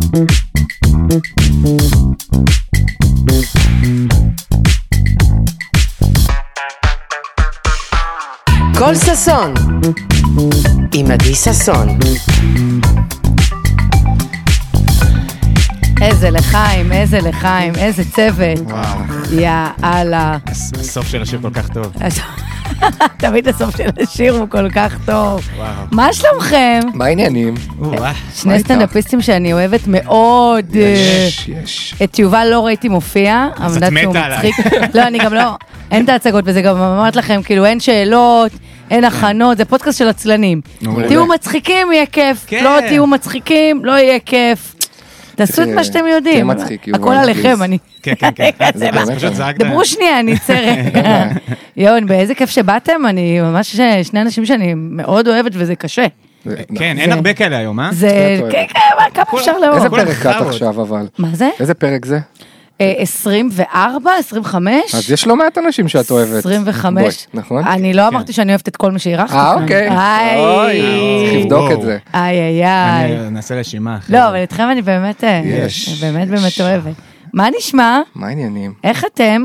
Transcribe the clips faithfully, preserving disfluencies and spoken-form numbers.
כל ששון עם עדי ששון. איזה לחיים, איזה לחיים, איזה צוות. יאללה. הסוף של השיר כל כך טוב. תמיד הסוף של השיר הוא כל כך טוב. מה שלומכם? מה העניינים? שני סטנדאפיסטים שאני אוהבת מאוד. יש, יש. את יובל לא ראיתי מופיע. אז את מתה עליי. לא, אני גם לא. אין את ההצגות, וזה גם אמרת לכם, כאילו אין שאלות, אין הכנות, זה פודקאסט של עצלנים. תהיו מצחיקים, יהיה כיף. לא תהיו מצחיקים, לא יהיה כיף. תעשו את מה שאתם יודעים. הכל עליכם, אני... כן, כן, כן. דברו שנייה, אני צרת. יון, באיזה כיף שבאתם, אני ממש שני אנשים שאני מאוד אוהבת, וזה קשה. כן, אין הרבה כאלה היום, אה? זה, כן, כן, כמה אפשר לאהוב. איזה פרק את עכשיו, אבל? מה זה? איזה פרק זה? עשרים וארבע, עשרים וחמש. אז יש לא מעט אנשים שאת אוהבת. עשרים וחמש. נכון? אני לא אמרתי שאני אוהבת את כל מה שהירחת. אה, אוקיי. אוי, צריך לבדוק את זה. איי, איי, איי. אני נעשה רשימה. לא, אבל אתכם אני באמת, באמת באמת אוהבת. מה נשמע? מה העניינים? איך אתם?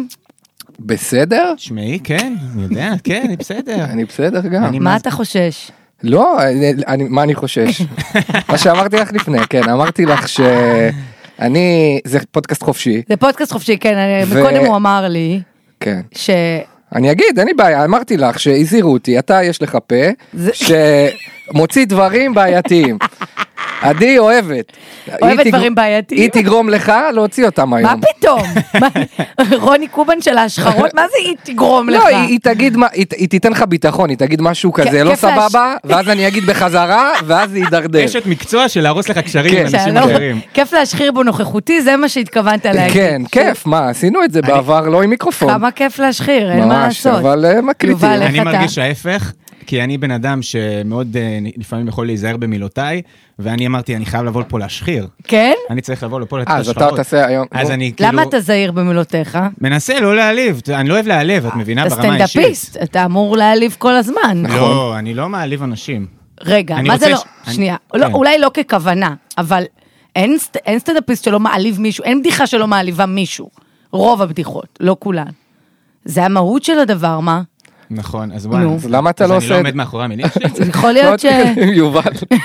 בסדר? שמעי, כן, אני יודע, כן, אני בסדר. אני בסדר גם. מה אתה חושש? לא, מה אני חושש? מה שאמרתי לך לפני, כן, אמרתי לך ש... אני, זה פודקאסט חופשי. זה פודקאסט חופשי, כן, מקודם הוא אמר לי, כן. ש... אני אגיד, אין לי בעיה, אמרתי לך שהזהירו אותי, אתה יש לך פה, שמוציא דברים בעייתיים. עדי אוהבת. אוהבת דברים בעייתיים? היא תגרום לך להוציא אותם היום. מה פתאום? רוני קובן של ההשחרות, מה זה היא תגרום לך? לא, היא תגיד, היא תיתן לך ביטחון, היא תגיד משהו כזה, לא סבבה, ואז אני אגיד בחזרה, ואז היא ידרדר. אשת מקצוע של להרוס לך קשרים עם אנשים אחרים. כיף להשחיר בו נוכחותי, זה מה שהתכוונת להגיד. כן, כיף, מה, עשינו את זה בעבר, לא עם מיקרופון. כמה כיף להשחיר, אין מה לעשות. ממש, אבל מקליטים. אני מרגיש ההפך. כי אני בן אדם שמאוד לפעמים יכול להיזהר במילותיי, ואני אמרתי, אני חייב לבוא לפה להשחיר. כן? אני צריך לבוא לפה לתת השחרות. אז אתה תעשה היום. אז אני כאילו... למה אתה זהיר במילותיך? מנסה לא להעליב, אני לא אוהב להעליב, את מבינה ברמה האישית. אתה סטנדאפיסט, אתה אמור להעליב כל הזמן. לא, אני לא מעליב אנשים. רגע, מה זה לא? שנייה, אולי לא ככוונה, אבל אין סטנדאפיסט שלא מעליב מישהו, אין בדיחה שלא מעליבה מישהו. רוב הבדיחות, לא כולן. זה המהות של הדבר, מה? נכון, אז וואי, למה אתה לא עושה... אז אני לא עומד מאחורי המילים שלי? יכול להיות ש... יובל,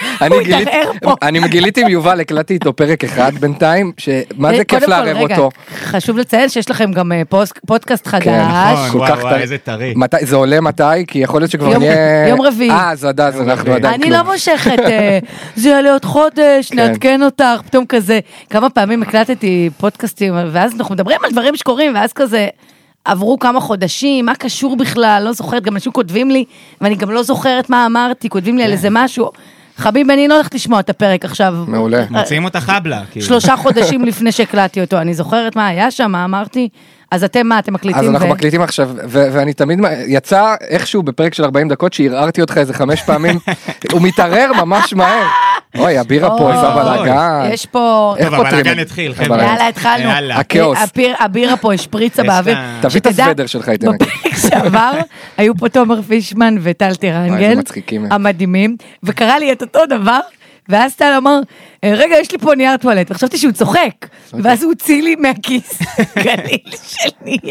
אני גיליתי עם יובל, הקלטתי איתו פרק אחד בינתיים, שמה זה כיף לערב אותו. חשוב לציין שיש לכם גם פודקאסט חדש. נכון, וואו, וואו, איזה טרי. זה עולה מתי? כי יכול להיות שכבר נהיה... יום רביעי. אה, אז עד אז אנחנו עדיין אני לא מושכת, זה יעלה עוד חודש, נעדכן אותך, פתאום כזה. כמה פעמים הקלטתי פודקאסטים, ואז אנחנו מדברים על דברים שקורים, ואז כזה... עברו כמה חודשים, מה קשור בכלל, לא זוכרת, גם אנשים כותבים לי, ואני גם לא זוכרת מה אמרתי, כותבים לי על איזה משהו, חביב, אני לא הולכת לשמוע את הפרק עכשיו. מעולה. מוצאים אותה חבלה. שלושה חודשים לפני שהקלטתי אותו, אני זוכרת מה היה שם, מה אמרתי, אז אתם מה, אתם מקליטים? אז אנחנו מקליטים עכשיו, ואני תמיד, יצא איכשהו בפרק של ארבעים דקות, שהרערתי אותך איזה חמש פעמים, הוא מתערער ממש מהר. אוי, הבירה פה, איזה בלגן. יש פה... טוב, הבלגן התחיל, חבר'ה. יאללה, התחלנו. הכאוס. הבירה פה השפריצה באוויר. תביא את הסוודר שלך איתנו. בפרק שעבר, היו פה תומר פישמן וטל טירנגל, המדהימים, וקרא לי את אותו דבר, ואז טל אמר, רגע, יש לי פה נייר טואלט, וחשבתי שהוא צוחק, ואז הוא הוציא לי מהכיס גליל של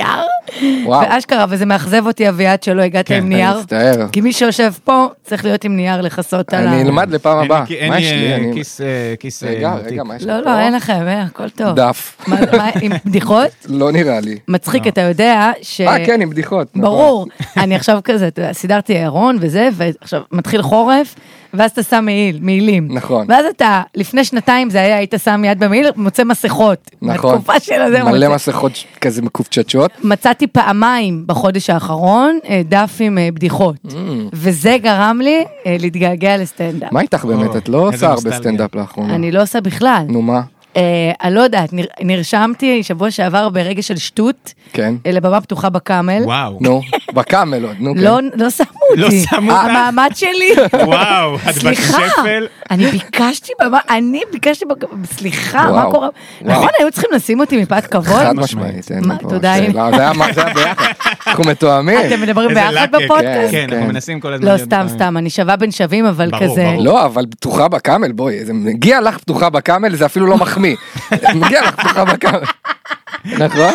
נייר, ואשכרה, וזה מאכזב אותי אביעד שלא הגעת עם נייר, כי מי שיושב פה צריך להיות עם נייר לחסות על ה... אני אלמד לפעם הבאה. מה יש לי? כיס... כיס... רגע, רגע, מה יש לי? לא, לא, אין לכם, הכל טוב. דף. עם בדיחות? לא נראה לי. מצחיק, אתה יודע ש... אה, כן, עם בדיחות. ברור. אני עכשיו כזה, סידרתי ארון וזה, ועכשיו מתחיל חורף, ואז אתה שם מעיל, מעילים. נכון. ואז אתה, לפני שנתיים זה היה, היית שם יד במעיל, מוצא מסכות. נכון. מהתקופה של הזה מוצא. מלא מסכות כזה מקופצ'צ'ות. מצאתי פעמיים בחודש האחרון, דף עם בדיחות. וזה גרם לי להתגעגע לסטנדאפ. מה איתך באמת? את לא עושה הרבה סטנדאפ לאחרונה. אני לא עושה בכלל. נו מה? אני לא יודעת, נרשמתי שבוע שעבר ברגע של שטות, לבמה פתוחה בקאמל. וואו. נו, בקאמל עוד, נו כן. לא שמו אותי. לא שמו אותך? המעמד שלי. וואו, את בשפל. אני ביקשתי, אני ביקשתי, סליחה, מה קורה? נכון, היו צריכים לשים אותי מפאת כבוד? חד משמעית. תודה. זה היה ביחד. אנחנו מתואמים. אתם מדברים ביחד בפודקאסט? כן, אנחנו מנסים כל הזמן. לא, סתם, סתם, אני שווה בין שווים, אבל כזה... לא, אבל פתוחה בקאמל, בואי, זה מגיע לך פתוחה בקאמל, זה אפילו לא מחמיא. תחמיא. מגיע לך פתוחה בקאמל. נכון?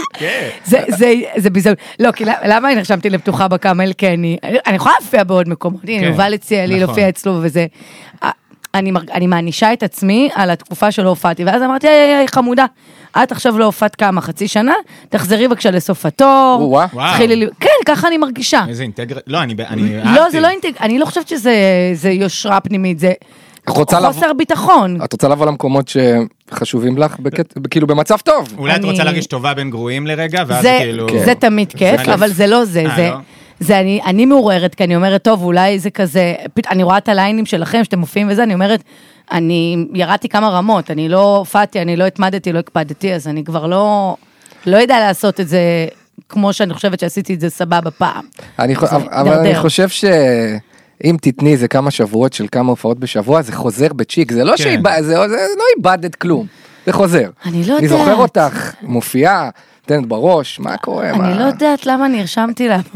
זה ביזיון. לא, כי למה אני נרשמתי לפתוחה בקאמל? כי אני יכולה להופיע בעוד מקומות. הנה, יובל הציע לי להופיע אצלו וזה. אני מענישה את עצמי על התקופה שלא הופעתי, ואז אמרתי, היי, חמודה, את עכשיו לא הופעת כמה, חצי שנה, תחזרי בבקשה לסוף התור, תתחילי, כן, ככה אני מרגישה. איזה אינטגר, לא, אני אהבתי. לא, זה לא אינטגר, אני לא חושבת שזה יושרה פנימית, זה חוסר ביטחון. את רוצה לבוא למקומות שחשובים לך, כאילו במצב טוב. אולי את רוצה להרגיש טובה בין גרועים לרגע, ואז כאילו... זה תמיד כיף, אבל זה לא זה, זה... זה אני, אני מעוררת, כי אני אומרת, טוב, אולי זה כזה, אני רואה את הליינים שלכם, שאתם מופיעים וזה, אני אומרת, אני ירדתי כמה רמות, אני לא הופעתי, אני לא התמדתי, לא הקפדתי, אז אני כבר לא, לא יודע לעשות את זה, כמו שאני חושבת שעשיתי את זה סבבה פעם. אני, אבל אני חושב ש... אם תתני איזה כמה שבועות של כמה הופעות בשבוע, זה חוזר בצ'יק, זה לא שאיבד, זה לא איבדת כלום, זה חוזר. אני לא יודעת. אני זוכר אותך, מופיעה, תנת בראש, מה קורה? אני לא יודעת למה נרשמתי לה.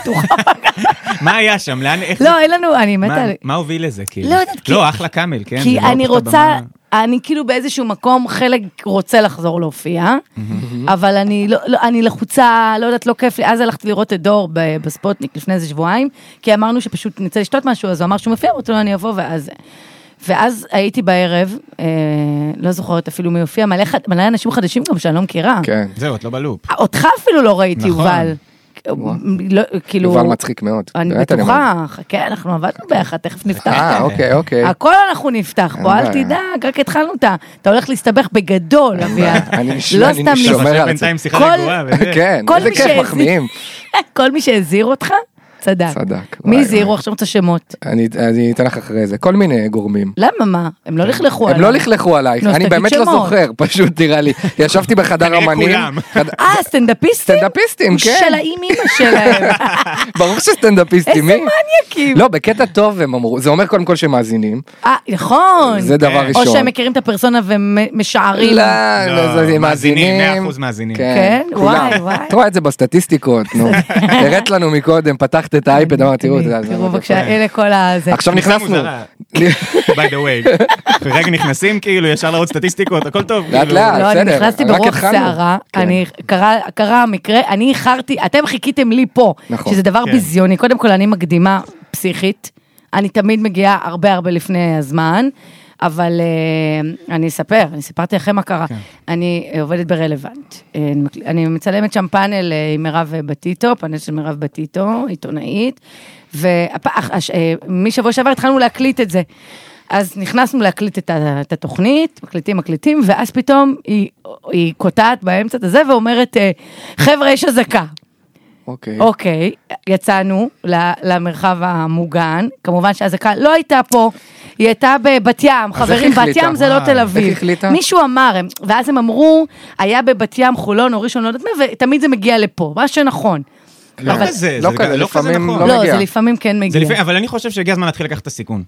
מה היה שם? לא, אין לנו, אני מתה... מה הוביל לזה? לא יודעת. לא, אחלה קאמל, כן? כי אני רוצה, אני כאילו באיזשהו מקום, חלק רוצה לחזור להופיע, אבל אני לחוצה, לא יודעת, לא כיף לי, אז הלכתי לראות את דור בספוטניק לפני איזה שבועיים, כי אמרנו שפשוט נצא לשתות משהו, אז הוא אמר שהוא מופיע, אותו לא אני אבוא, ואז... ואז הייתי בערב, אה, לא זוכרת אפילו מי הופיע, מלא, מלא אנשים חדשים גם שאני לא מכירה. כן. זהו, את לא בלופ. אותך אפילו לא ראיתי, נכון. יובל. לא, כאילו... יובל מצחיק מאוד. אני בטוחה, כן, אנחנו עבדנו ביחד, תכף נפתח. אה, אוקיי, אוקיי. הכל אנחנו נפתח, בוא, אל תדאג, רק התחלנו אותה. אתה הולך להסתבך בגדול, אביה. אני שומר על זה. כן, איזה כיף מחמיאים. כל מי שהזהיר אותך, צדק. צדק. מי זהירו עכשיו את השמות? אני אתן לך אחרי זה, כל מיני גורמים. למה מה? הם לא לכלכו עליי. הם לא לכלכו עלייך, אני באמת לא זוכר, פשוט תראה לי. ישבתי בחדר אמנים. אה, סטנדאפיסטים? סטנדאפיסטים, כן. של האם אמא שלהם. ברור שסטנדאפיסטים, מי? איזה מניאקים. לא, בקטע טוב הם אמרו, זה אומר קודם כל שהם מאזינים. אה, נכון. זה דבר ראשון. או שהם מכירים את הפרסונה ומשערים. לא, זה מאזינים. מאה אחוז מאזינים. כן, וואי, וואי. אתה רואה את זה בסטטיסטיקות, נו. הראת לנו מקודם, פתחת את האייפד, אמרתי, תראו, תראו בבקשה, אלה כל הזה. עכשיו נכנסנו. by the way, רגע נכנסים כאילו, ישר לראות סטטיסטיקות, הכל טוב. לאט לאט, לא, אני נכנסתי ברוב שערה, קרה המקרה, אני איחרתי, אתם חיכיתם לי פה, שזה דבר ביזיוני, קודם כל אני מקדימה פסיכית, אני תמיד מגיעה הרבה הרבה לפני הזמן, אבל uh, אני אספר, אני סיפרתי לכם מה קרה, אני עובדת ברלוונט, אני מצלמת שם פאנל עם מירב בטיטו, פאנל של מירב בטיטו, עיתונאית, ומשבוע שעבר התחלנו להקליט את זה, אז נכנסנו להקליט את, ה, את התוכנית, מקליטים, מקליטים, ואז פתאום היא, היא קוטעת באמצע את הזה, ואומרת, חבר'ה, יש הזקה. אוקיי. אוקיי, יצאנו למרחב המוגן, כמובן שהזקה לא הייתה פה, היא הייתה בבת ים, חברים, בת ים זה לא תל אביב. מישהו אמר, ואז הם אמרו, היה בבת ים, חולון, או ראשון, לא יודעת מה, ותמיד זה מגיע לפה, מה שנכון. לא כזה, זה לא כזה נכון. לא, זה לפעמים כן מגיע. אבל אני חושב שהגיע הזמן להתחיל לקחת את הסיכון.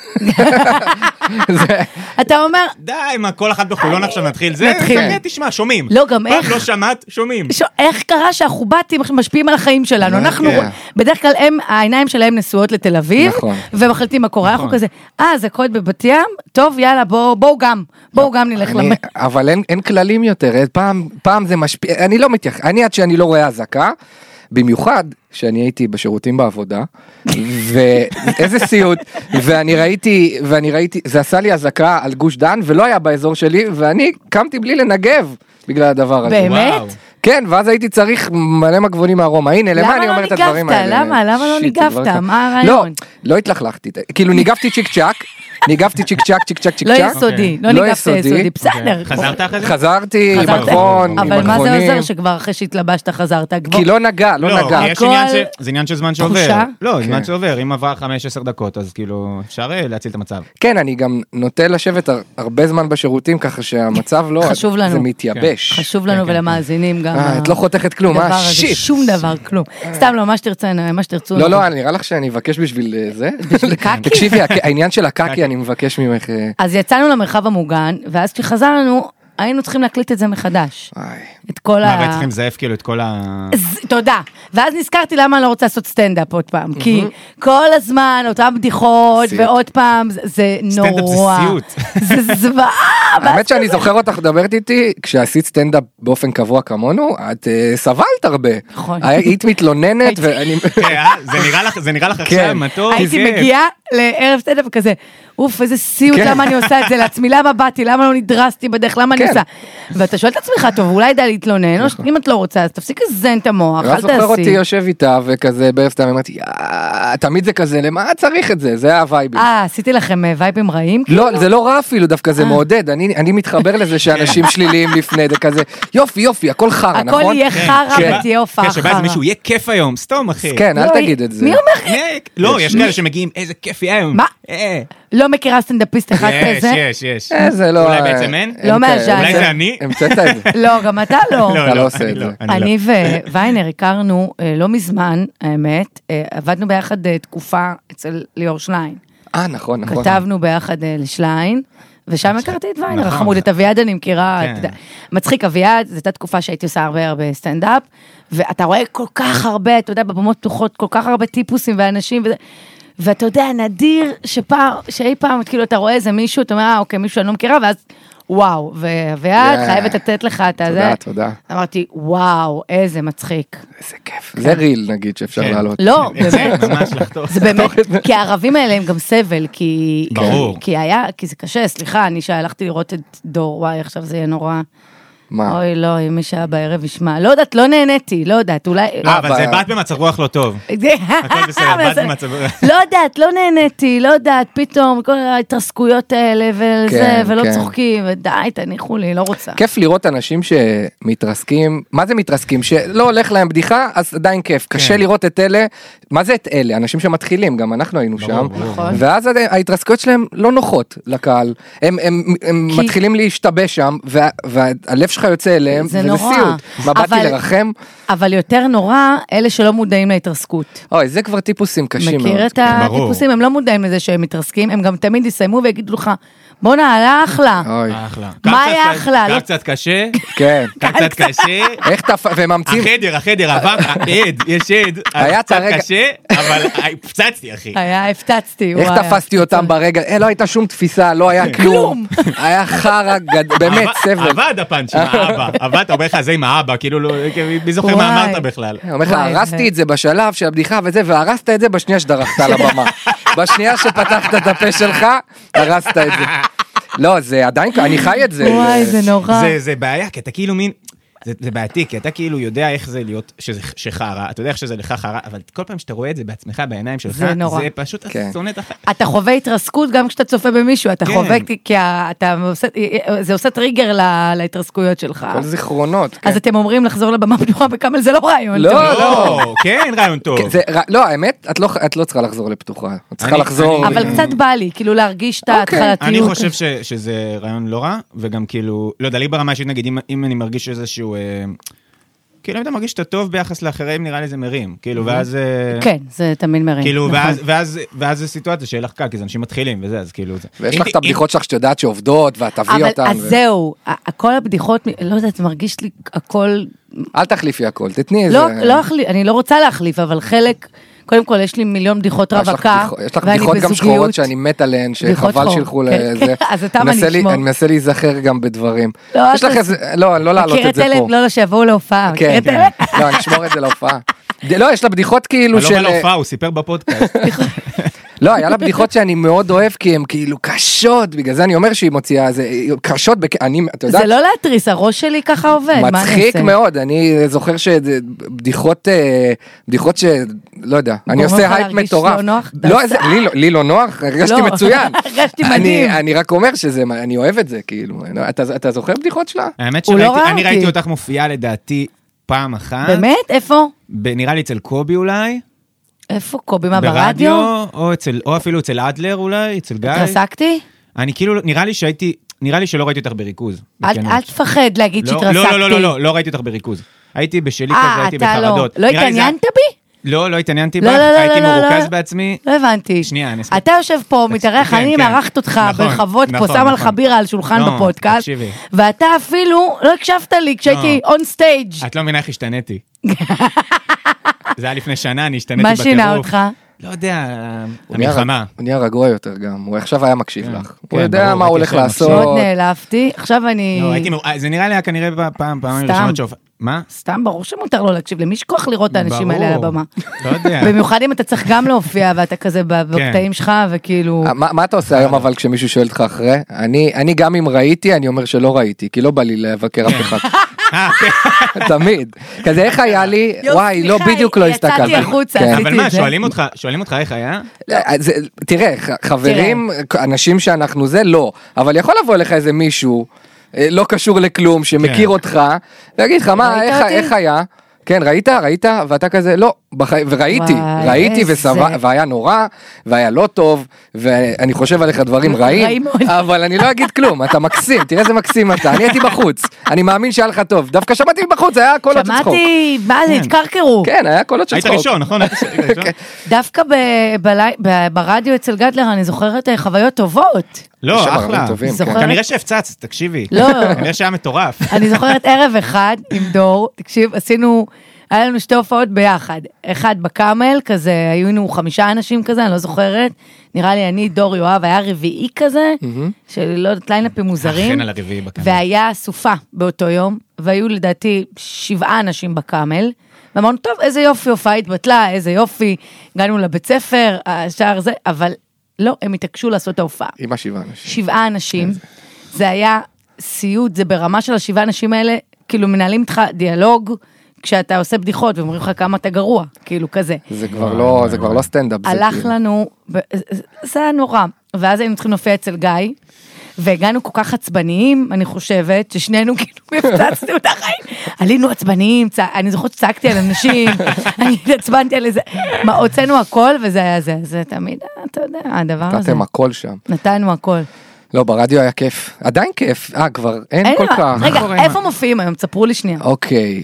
אתה אומר... די, מה, כל אחד בחולון עכשיו נתחיל, זה, תשמע, שומעים. לא, גם איך... פעם לא שמעת, שומעים. איך קרה שהחובטים משפיעים על החיים שלנו? אנחנו, בדרך כלל העיניים שלהם נשואות לתל אביב, ומחליטים מה קורה, אנחנו כזה, אה, זה קוד בבת ים, טוב, יאללה, בואו גם, בואו גם נלך למ... אבל אין כללים יותר, פעם זה משפיע, אני לא מתייחס, אני עד שאני לא רואה הזקה, במיוחד שאני הייתי בשירותים בעבודה, ואיזה סיוט, ואני ראיתי, ואני ראיתי, זה עשה לי הזקה על גוש דן, ולא היה באזור שלי, ואני קמתי בלי לנגב, בגלל הדבר הזה. באמת? כן, ואז הייתי צריך מלא מגבונים מהרומא, הנה, למה אני אומר את הדברים האלה? למה? למה לא ניגבת? מה הרעיון? לא, לא התלכלכתי, כאילו ניגבתי צ'יק צ'ק, ניגבתי צ'יק צ'ק, צ'יק צ'ק, צ'יק צ'ק. לא יסודי, לא ניגבת יסודי, בסדר. חזרת אחרי זה? חזרתי, עם מגבון, עם אבל מה זה עוזר שכבר אחרי שהתלבשת חזרת? כי לא נגע, לא נגע. זה עניין של זמן שעובר. לא, זמן שעובר, אם עבר חמש עשר דקות, אז כאילו אפשר להציל את המצב. כן, אני גם נוטה לשבת הרבה זמן בשירותים, ככה שהמצב לא, זה מתייבש. חשוב לנו ולמאזינים גם. את לא חותכת כלום, אה, שיט. שום דבר, כלום. סתם לא, מה שתרצה, מה שתרצו. לא, לא, נראה לך שאני אבקש בשביל זה. בשביל קקי? תקשיבי, העניין של הקקי, אני מבקש ממך. אז יצאנו למרחב המוגן, ואז כשחזרנו, היינו צריכים להקליט את זה מחדש. את כל ה... מה, והייתם צריכים לזייף כאילו את כל ה... תודה. ואז נזכרתי למה אני לא רוצה לעשות סטנדאפ עוד פעם, כי כל הזמן, אותם בדיחות, ועוד פעם, זה נורא. סטנדאפ זה סיוט. זה זוועה. האמת שאני זוכר אותך מדברת איתי, כשעשית סטנדאפ באופן קבוע כמונו, את סבלת הרבה. נכון. היית מתלוננת, ואני... זה נראה לך עכשיו מטור. הייתי מגיעה לערב סטנדאפ כזה, אוף, איזה סיוט, למה אני עושה את זה לעצמי, למה באתי, למה לא נדרסתי בדרך, למה אני עושה? ואתה שואל את עצמך, טוב, אולי די להתלונן, אם את לא רוצה, אז תפסיק לזן את המוח, אל תעשי. זוכר אותי יושב איתה, וכזה בערב סטנדאפ, אמרתי, תמיד זה כזה, למה צריך את זה? זה הווייבים. אה, עשיתי לכם וייבים רעים? לא, זה לא רע אפילו, דווקא זה מעודד, אני מתחבר לזה שאנשים שליליים לפני, זה כזה, יופי, יופי, הכל חרא, נכון? הכל יהיה חרא ותהיה הופעה חרא. שבאז מישהו יהיה כיף היום, סתום אחי. כן, אל תגיד את זה. מי אומר? לא, יש כאלה שמגיעים, איזה כיף יהיה היום. מה? לא מכירה סטנדאפיסט אחד כזה? יש, יש, יש. זה לא... אולי בעצם אין? לא מהז'אנר. אולי זה אני? המצאת את זה. לא, גם אתה לא. אתה לא עושה את זה. אני וויינר הכרנו לא מזמן, האמת, עבדנו ביחד תקופה אצל ליאור שליין. אה, נכון, נכון. כתבנו ביחד לשליין, ושם הכרתי את ויינר, החמוד, את אביעד אני מכירה, מצחיק אביעד, זו הייתה תקופה שהייתי עושה הרבה הרבה סטנדאפ, ואתה רואה כל כך הרבה, אתה יודע, בבמות פתוחות, כל כך הרבה טיפוסים ואנשים, ואתה יודע, נדיר שפעם, שאי פעם, כאילו, אתה רואה איזה מישהו, אתה אומר, אה, אוקיי, מישהו אני לא מכירה, ואז, וואו, ואביעד חייבת לתת לך את הזה. תודה, תודה. אמרתי, וואו, איזה מצחיק. איזה כיף. זה ריל, נגיד, שאפשר לעלות. לא, באמת. ממש לחתוך. זה באמת, כי הערבים האלה הם גם סבל, כי... ברור. כי היה, כי זה קשה, סליחה, אני שהלכתי לראות את דור, וואי, עכשיו זה יהיה נורא... מה? אוי, לא, אם מי שהיה בערב ישמע. לא יודעת, לא נהניתי, לא יודעת, אולי... לא, אבל זה בת במצב רוח לא טוב. הכל בסדר, בת במצב רוח. לא יודעת, לא נהניתי, לא יודעת, פתאום, כל ההתרסקויות האלה וזה, ולא צוחקים, ודי, תניחו לי, לא רוצה. כיף לראות אנשים שמתרסקים, מה זה מתרסקים? שלא הולך להם בדיחה, אז עדיין כיף. קשה לראות את אלה, מה זה את אלה? אנשים שמתחילים, גם אנחנו היינו שם, ואז ההתרסקויות שלהם לא נוחות לקהל. הם מתחילים להשתבש שם, והלב שלך יוצא אליהם, זה נורא. סיוט. מה באתי לרחם? אבל יותר נורא, אלה שלא מודעים להתרסקות. אוי, זה כבר טיפוסים קשים מאוד. מכיר את הטיפוסים, הם לא מודעים לזה שהם מתרסקים, הם גם תמיד יסיימו ויגידו לך, בוא נעלה אחלה. אחלה. מה היה אחלה? קצת קצת קשה. כן. קצת קשה. איך תפ... וממציאים... החדר, החדר, עבר, העד, יש עד. היה קצת קשה, אבל הפצצתי, אחי. היה, הפצצתי. איך תפסתי אותם ברגע? לא הייתה שום תפיסה, לא היה כלום. היה חרא גד... באמת, סבל. עבד הפאנץ' עם האבא. עבד, אומר לך, זה עם האבא, כאילו, מי זוכר מה אמרת בכלל. אומר לך, הרסתי את זה בשלב של הבדיחה וזה, והרסת את זה בשנייה שדרכת על הבמה. בשנייה שפתחת את הפה שלך, הרסת את זה. לא, זה עדיין, אני חי את זה. וואי, זה נורא. זה בעיה, כי אתה כאילו מין, זה בעייתי, כי אתה כאילו יודע איך זה להיות שחרה, אתה יודע איך שזה לך חרה, אבל כל פעם שאתה רואה את זה בעצמך, בעיניים שלך, זה פשוט שונאת אחת. אתה חווה התרסקות גם כשאתה צופה במישהו, אתה חווה, כי זה עושה טריגר להתרסקויות שלך. כל זיכרונות. אז אתם אומרים לחזור לבמה פתוחה בכמה, זה לא רעיון טוב. לא, לא. כן, רעיון טוב. לא, האמת, את לא צריכה לחזור לפתוחה. את צריכה לחזור. אבל קצת בא לי, כאילו להרגיש את ההתחלתיות. אני חושב שזה רעיון לא רע, וגם כאילו, לא יודע, לי ברמה אישית, נגיד, אם אני מרגיש איזשהו כאילו אם אתה מרגיש שאתה טוב ביחס לאחרים, נראה לי זה מרים, כאילו, ואז... כן, זה תמיד מרים. כאילו, ואז זה סיטואציה שיהיה לך קל, כי זה אנשים מתחילים, וזה, אז כאילו... ויש לך את הבדיחות שלך שאת יודעת שעובדות, ואת תביא אותן. אז זהו, כל הבדיחות, לא יודעת, מרגיש לי הכל... אל תחליפי הכל, תתני איזה... לא, אני לא רוצה להחליף, אבל חלק... קודם כל, יש לי מיליון בדיחות רווקה, יש לך בדיחות גם שחורות שאני מת עליהן, שחבל שילכו לזה. אז אתה מה נשמור. אני מנסה להיזכר גם בדברים. יש לך איזה, לא, לא להעלות את זה פה. לא, לא, שיבואו להופעה. כן, לא, אני אשמור את זה להופעה. לא, יש לה בדיחות כאילו של... לא להופעה, הוא סיפר בפודקאסט. לא, היה לה בדיחות שאני מאוד אוהב, כי הן כאילו קשות, בגלל זה אני אומר שהיא מוציאה, זה קשות, אני, אתה יודע... זה לא להתריס, הראש שלי ככה עובד, מה אני מצחיק מאוד, אני זוכר שבדיחות, בדיחות ש... לא יודע, אני עושה הייפ מטורף. לא, לי לא נוח, הרגשתי מצוין. הרגשתי מדהים. אני רק אומר שזה, אני אוהב את זה, כאילו. אתה זוכר בדיחות שלה? האמת שאני ראיתי אותך מופיעה לדעתי פעם אחת. באמת? איפה? נראה לי אצל קובי אולי. איפה? קובי מה ברדיו? או, אצל, או אפילו אצל אדלר אולי, אצל גיא. התרסקתי? אני כאילו, נראה לי שהייתי, נראה לי שלא ראיתי אותך בריכוז. אל, אל תפחד להגיד לא, שהתרסקתי. לא, לא, לא, לא, לא, לא ראיתי אותך בריכוז. הייתי בשלי כזה, הייתי בחרדות. לא התעניינת בי? לא, לא התעניינתי בך, הייתי מרוכז בעצמי. לא הבנתי. שנייה, אני אספר. אתה יושב פה, מתארח, אני מארחת אותך ברחבות פה, שם לך בירה על שולחן בפודקאסט, ואתה אפילו לא הקשבת לי כשהייתי און סטייג'. את לא מבינה איך השתניתי. זה היה לפני שנה, אני השתניתי בטירוף. מה שינה אותך? לא יודע, המלחמה. הוא נהיה רגוע יותר גם, הוא עכשיו היה מקשיב לך. הוא יודע מה הוא הולך לעשות. מאוד נעלבתי, עכשיו אני... זה נראה לי כנראה פעם, פעם ראשונות שוב. מה? סתם, ברור שמותר לו להקשיב, למי שכוח לראות את האנשים האלה על הבמה. לא יודע. במיוחד אם אתה צריך גם להופיע, ואתה כזה בקטעים שלך, וכאילו... מה אתה עושה היום אבל כשמישהו שואל אותך אחרי? אני גם אם ראיתי, אני אומר שלא ראיתי, כי לא בא לי לבקר אף אחד. תמיד. כזה איך היה לי, וואי, לא בדיוק לא הסתכלתי. יצאתי החוצה, עשיתי את זה. אבל מה, שואלים אותך, שואלים אותך איך היה? תראה, חברים, אנשים שאנחנו זה, לא. אבל יכול לבוא לך איזה מישהו, לא קשור לכלום, שמכיר אותך, ויגיד לך, מה, איך היה? כן, ראית, ראית, ואתה כזה, לא, וראיתי, ראיתי, והיה נורא, והיה לא טוב, ואני חושב עליך דברים רעים, אבל אני לא אגיד כלום, אתה מקסים, תראה איזה מקסים אתה, אני הייתי בחוץ, אני מאמין שהיה לך טוב, דווקא שמעתי בחוץ, היה קולות של צחוק. שמעתי, מה זה, התקרקרו. כן, היה קולות של צחוק. היית ראשון, נכון? דווקא ברדיו אצל גדלר, אני זוכרת חוויות טובות. לא, אחלה, כנראה שהפצץ, תקשיבי, כנראה שהיה מטורף. אני זוכרת ערב אחד עם דור, תקשיב, עשינו, היה לנו שתי הופעות ביחד, אחד בקאמל, כזה, היינו חמישה אנשים כזה, אני לא זוכרת, נראה לי אני, דור, יואב, היה רביעי כזה, שלא יודעת, ליינאפים מוזרים, אכן על הרביעי בקאמל. והיה סופה באותו יום, והיו לדעתי שבעה אנשים בקאמל, ואמרנו, טוב, איזה יופי, הופעה התבטלה, איזה יופי, הגענו לבית ספר, השאר זה, אבל לא, הם התעקשו לעשות את ההופעה. עם השבעה אנשים. שבעה אנשים, זה היה סיוט, זה ברמה של השבעה אנשים האלה, כאילו מנהלים איתך דיאלוג, כשאתה עושה בדיחות, ואומרים לך כמה אתה גרוע, כאילו כזה. זה כבר לא, זה כבר לא סטנדאפ. הלך לנו, זה היה נורא, ואז היינו צריכים להופיע אצל גיא, והגענו כל כך עצבניים, אני חושבת, ששנינו כאילו הפצצנו את החיים, עלינו עצבניים, אני זוכרת שצעקתי על אנשים, אני עצבנתי על איזה, מה, הוצאנו הכל, וזה היה זה, זה תמיד, אתה יודע, הדבר הזה. נתתם הכל שם. נתנו הכל. לא, ברדיו היה כיף, עדיין כיף, אה, כבר אין כל כך. רגע, איפה מופיעים היום? תספרו לי שנייה. אוקיי,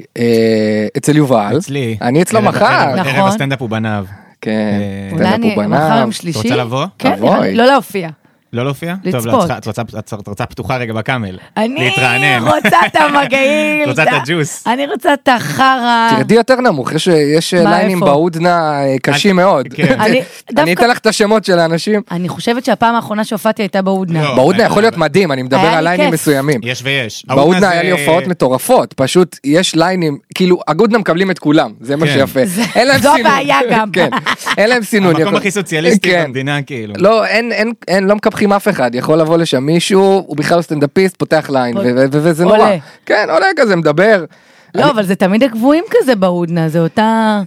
אצל יובל, אצלי. אני אצלו מחר. נכון. ערב הסטנדאפ הוא בניו. כן, אולי אני מחר עם שלישי. אתה רוצה לבוא? כן, לא להופיע. לא להופיע? לצפות. את רוצה פתוחה רגע בקאמל. אני רוצה את המגעיל. רוצה את הג'וס. אני רוצה את החרא. תרדי יותר נמוך, יש ליינים בהודנה קשים מאוד. אני אתן לך את השמות של האנשים. אני חושבת שהפעם האחרונה שהופעתי הייתה בהודנה. בהודנה יכול להיות מדהים, אני מדבר על ליינים מסוימים. יש ויש. בהודנה היה לי הופעות מטורפות, פשוט יש ליינים, כאילו, הגודנה מקבלים את כולם, זה מה שיפה. זו הבעיה גם. אין להם סינון. המקום הכי סוציאליסטי במדינה, כאילו. לא, אין, לא מקפחים אף אחד, יכול לבוא לשם מישהו, הוא בכלל סטנדאפיסט, פותח ליין, וזה נורא. כן, עולה כזה, מדבר. לא, אבל זה תמיד הקבועים כזה בהודנה, זה אותה...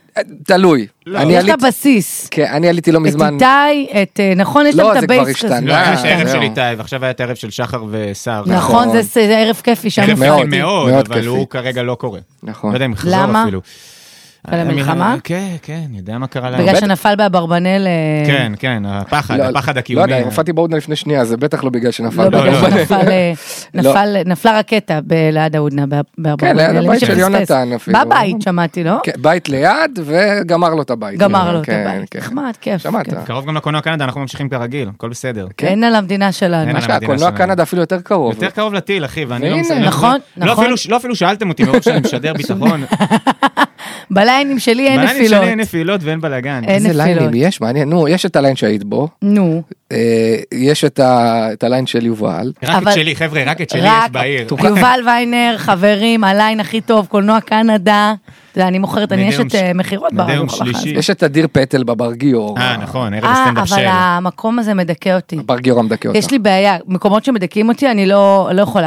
תלוי. יש לה בסיס. כן, אני עליתי לא מזמן. את איתי, את, נכון, יש להם את הבייס כזה. לא, היה ערב של איתי, ועכשיו היה את הערב של שחר ושר. נכון, זה ערב כיפי שם. מאוד, מאוד, אבל הוא כרגע לא קורה. נכון. לא יודע אם חזור אפילו. על המלחמה? כן, כן, יודע מה קרה להם. בגלל שנפל באברבנל... כן, כן, הפחד, הפחד הקיומי. לא יודע, הופעתי בהודנה לפני שנייה, זה בטח לא בגלל שנפל באברבנל. נפלה רקטה ליד ההודנה באברבנל. כן, ליד הבית של יונתן אפילו. בבית, שמעתי, לא? בית ליד, וגמר לו את הבית. גמר לו את הבית. נחמד, כיף. שמעת. קרוב גם לקולנוע קנדה, אנחנו ממשיכים כרגיל, הכל בסדר. אין על המדינה שלנו. הקולנוע קנדה אפילו יותר קרוב. יותר קרוב לטיל, אחי, ואני לא מסיים. נכון, נכון. לא אפילו שאלתם אותי מראש שאני משדר ביטחון. בליינים שלי אין נפילות. בליינים שלי אין נפילות ואין בלגן. איזה ליינים יש? מעניין. נו, יש את הליין שהיית בו. נו. יש את הליין של יובל. רק את שלי, חבר'ה, רק את שלי יש בעיר. יובל ויינר, חברים, הליין הכי טוב, קולנוע קנדה. אני מוכרת, אני אשת מחירות ברדיו. יש את אדיר פטל בבר גיור. אה, נכון, ערב הסטנדאפ של. אבל המקום הזה מדכא אותי. בר גיור המדכא אותה. יש לי בעיה, מקומות שמדכאים אותי, אני לא יכולה.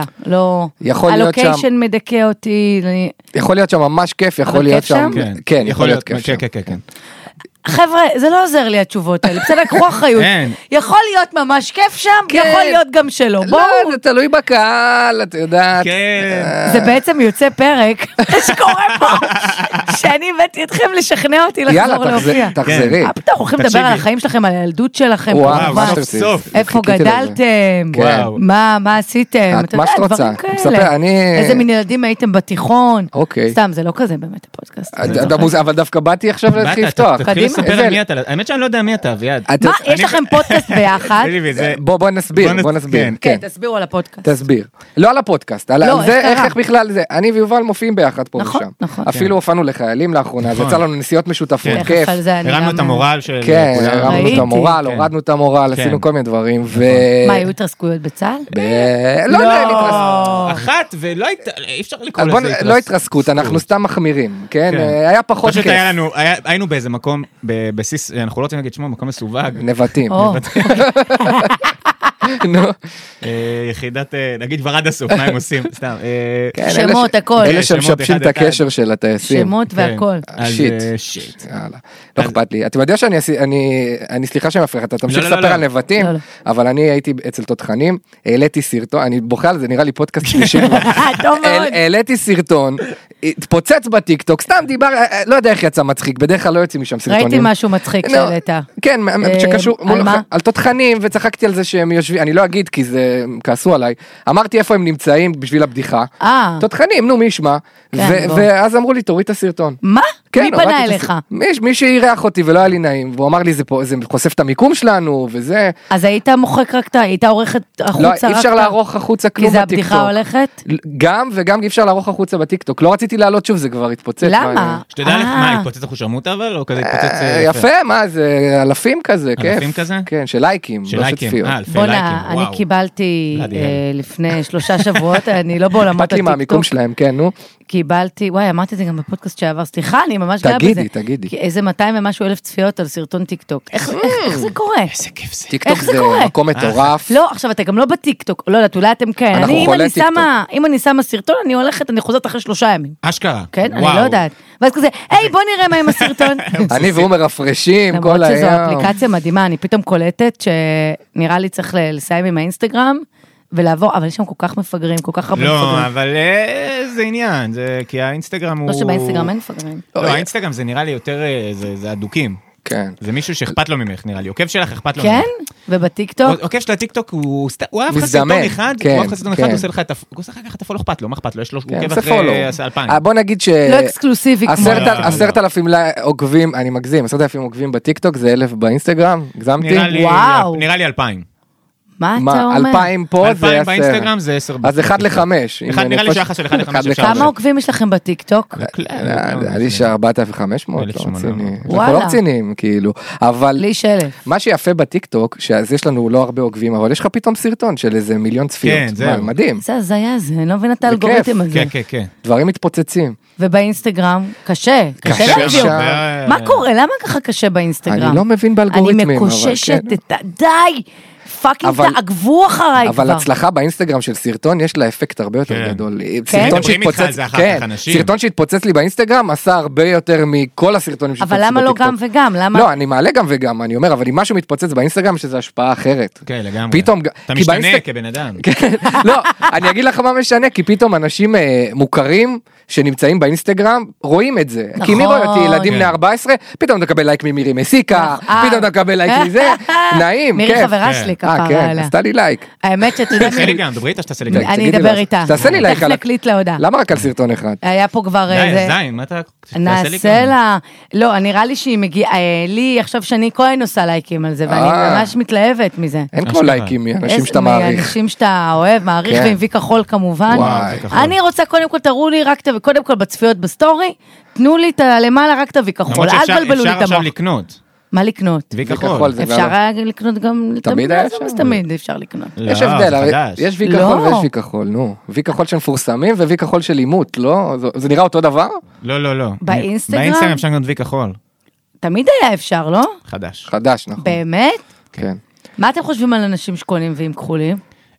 הלוקיישן מדכא אותי. יכול להיות שם ממש כיף, יכול להיות שם. כן, יכול להיות כיף. כן, כן, כן. חבר'ה, זה לא עוזר לי התשובות האלה, בסדר, קחו אחריות. יכול להיות ממש כיף שם, יכול להיות גם שלא. לא, זה תלוי בקהל, את יודעת. זה בעצם יוצא פרק, שקורה פה, שאני הבאתי אתכם לשכנע אותי לחזור להופיע. יאללה, תחזרי. פתאום, הולכים לדבר על החיים שלכם, על הילדות שלכם. וואו, סוף סוף. איפה גדלתם? מה עשיתם? את מה שאת רוצה. איזה מין ילדים הייתם בתיכון? אוקיי. סתם, זה לא כזה באמת הפודקאסט. אבל דווקא באתי עכשיו להתחיל לפתוח. האמת שאני לא יודע מי אתה, אביעד. מה, יש לכם פודקאסט ביחד? בוא נסביר, בוא נסביר. כן, תסבירו על הפודקאסט. תסביר. לא על הפודקאסט, על זה, איך בכלל זה. אני ויובל מופיעים ביחד פה ושם. אפילו הופענו לחיילים לאחרונה, אז יצא לנו נסיעות משותפות, כיף. הרמנו את המורל של... כן, הרמנו את המורל, הורדנו את המורל, עשינו כל מיני דברים. מה, היו התרסקויות בצה"ל? לא, לא, אחת, ולא אפשר לקרוא לזה התרסקות. לא התרסקות, אנחנו סתם מחמירים, כן? היה פחות כיף. היינו באיזה מקום, בסיס, אנחנו לא רוצים להגיד שמו, מקום מסווג. נבטים. יחידת, נגיד כבר עד הסוף, מה הם עושים? סתם. שמות, הכל. אלה שמשבשים את הקשר של הטייסים. שמות והכל. שיט. שיט. לא אכפת לי. אתה יודע שאני, אני סליחה שמפריך, אתה תמשיך לספר על נבטים, אבל אני הייתי אצל תותחנים, העליתי סרטון, אני בוכה על זה, נראה לי פודקאסט שלישי. טוב מאוד. העליתי סרטון, התפוצץ בטיקטוק, סתם דיבר, לא יודע איך יצא מצחיק, בדרך כלל לא יוצאים משם סרטונים. ראיתי משהו מצחיק שהעלית. כן, שקשור, על תותחנים, וצחקתי על זה שהם יושבים, אני לא אגיד כי זה, כעסו עליי, אמרתי איפה הם נמצאים בשביל הבדיחה, תותחנים, נו מי ישמע, ואז אמרו לי תוריד את הסרטון. מה? מי פנה אליך? מי שירח אותי ולא היה לי נעים, והוא אמר לי זה חושף את המיקום שלנו, וזה. אז היית מוחק רק, היית עורכת החוצה? לא, אי אפשר לערוך החוצה כלום בטיקטוק. כי זה הבדיחה הולכת? גם, וגם אי אפשר לערוך החוצה בטיקטוק. לא רציתי לעלות שוב, זה כבר התפוצץ. למה? שתדע לך, מה, התפוצץ אחושרמוטה אבל, או כזה התפוצץ... יפה, מה, זה אלפים כזה, כיף. אלפים כזה? כן, של לייקים, לא של צפיות. בונה, אני קיבלתי לפני שלושה שבועות, אני לא בעולמות הטיקטוק. לי מהמיקום שלהם, כן, נו. קיבלתי, וואי, אמרתי את זה גם בפודקאסט שעבר, סליחה, אני ממש גאה בזה. תגידי, תגידי. איזה מאתיים ומשהו אלף צפיות על סרטון טיקטוק. איך זה קורה? איזה כיף זה. טיקטוק זה מקום מטורף. לא, עכשיו, אתה גם לא בטיקטוק, לא יודעת, אולי אתם כן. אנחנו חולי טיקטוק. אם אני שמה סרטון, אני הולכת, אני חוזרת אחרי שלושה ימים. אשכרה. כן, אני לא יודעת. ואז כזה, היי, בוא נראה מה עם הסרטון. אני והוא מרפרשים כל היום. למרות שזו אפליקציה מדהימה, אני פתאום קולטת שנראה לי צריך לסיים עם האינסטגרם, ולעבור, אבל יש שם כל כך מפגרים, כל כך הרבה מפגרים. לא, אבל זה עניין, זה כי האינסטגרם הוא... לא שבאינסטגרם אין מפגרים. לא, האינסטגרם זה נראה לי יותר, זה הדוקים. כן. זה מישהו שאכפת לו ממך, נראה לי. עוקב שלך אכפת לו ממך. כן? ובטיקטוק? עוקב של הטיקטוק הוא אוהב לך סרטון אחד, הוא אוהב לך סרטון אחד, הוא עושה לך את הפולו, הוא עושה לך את הפולו, אכפת לו, מה אכפת לו? יש לו עוקב אחרי אלפיים. בוא נגיד ש... לא אקסקלוסיבי כמו... עשרת אלפים עוקבים, אני מגזים, עשרת אלפים עוקבים בטיקטוק, זה אלף באינסטגרם, גזמתי? נראה לי אלפיים. מה אתה אומר? אלפיים פה זה עשר. באינסטגרם זה עשר. אז אחד לחמש. נראה לי שהחס של אחד לחמש. כמה עוקבים יש לכם בטיקטוק? לי ש-ארבעת אלפים וחמש מאות, לא רציני. אנחנו לא רציניים, כאילו. אבל... לי שלף. מה שיפה בטיקטוק, אז יש לנו לא הרבה עוקבים, אבל יש לך פתאום סרטון של איזה מיליון צפיות. כן, זהו. מדהים. זה הזיה זה, אני לא מבינה את האלגוריתם הזה. כן, כן, כן. דברים מתפוצצים. ובאינסטגרם, קשה. קשה. מה קורה? למה ככה קשה באינסטגרם? אני לא מבין באלגוריתמים. אני מקוששת את ה... די! פאקינג תעקבו אחריי כבר. אבל הצלחה באינסטגרם של סרטון יש לה אפקט הרבה יותר גדול. סרטון שהתפוצץ לי באינסטגרם עשה הרבה יותר מכל הסרטונים שהתפוצצו בטיקטוק. אבל למה לא גם וגם? לא, אני מעלה גם וגם, אני אומר, אבל אם משהו מתפוצץ באינסטגרם שזה השפעה אחרת. כן, לגמרי. אתה משתנה כבן אדם. לא, אני אגיד לך מה משנה, כי פתאום אנשים מוכרים שנמצאים באינסטגרם רואים את זה. כי מי רואה אותי, ילדים בני ארבע עשרה, פתאום תקבל לייק ממירי מסיקה, פתאום תקבל לייק מזה, נעים, מירי חברה שלי כפרה עליה. אה, כן, עשתה לי לייק. האמת שאתה יודע... תעשה לי גם, דברי איתה שתעשה לי לייק. אני אדבר איתה. תעשה לי לייק. תכף נקליט להודעה. למה רק על סרטון אחד? היה פה כבר... די, זין, מה אתה... נעשה לה... לא, נראה לי שהיא מגיעה... לי עכשיו שאני כהן עושה לייקים על זה, ואני ממש מתלהבת מזה. אין כמו לייקים מאנשים שאתה מעריך. מאנשים שאתה אוהב, מעריך, ועם ויקה חול כמובן. אני רוצה קודם כל, תראו לי רק... קודם כל בצפיות בסטורי, תנו לי למעלה רק את הויקה חול. אל תבלבלו לי את המוח. מה לקנות? ויקה חול. אפשר לקנות גם... תמיד היה אפשר. תמיד אפשר לקנות. יש הבדל, יש ויקה חול ויש ויקה חול, נו. ויקה חול שמפורסמים וויקה חול של אימות, לא? זה נראה אותו דבר? לא, לא, לא. באינסטגרם? באינסטגרם אפשר לקנות ויקה חול. תמיד היה אפשר, לא? חדש. חדש, נכון. באמת? כן. מה אתם חושבים על אנשים שקונים ועם כחולים?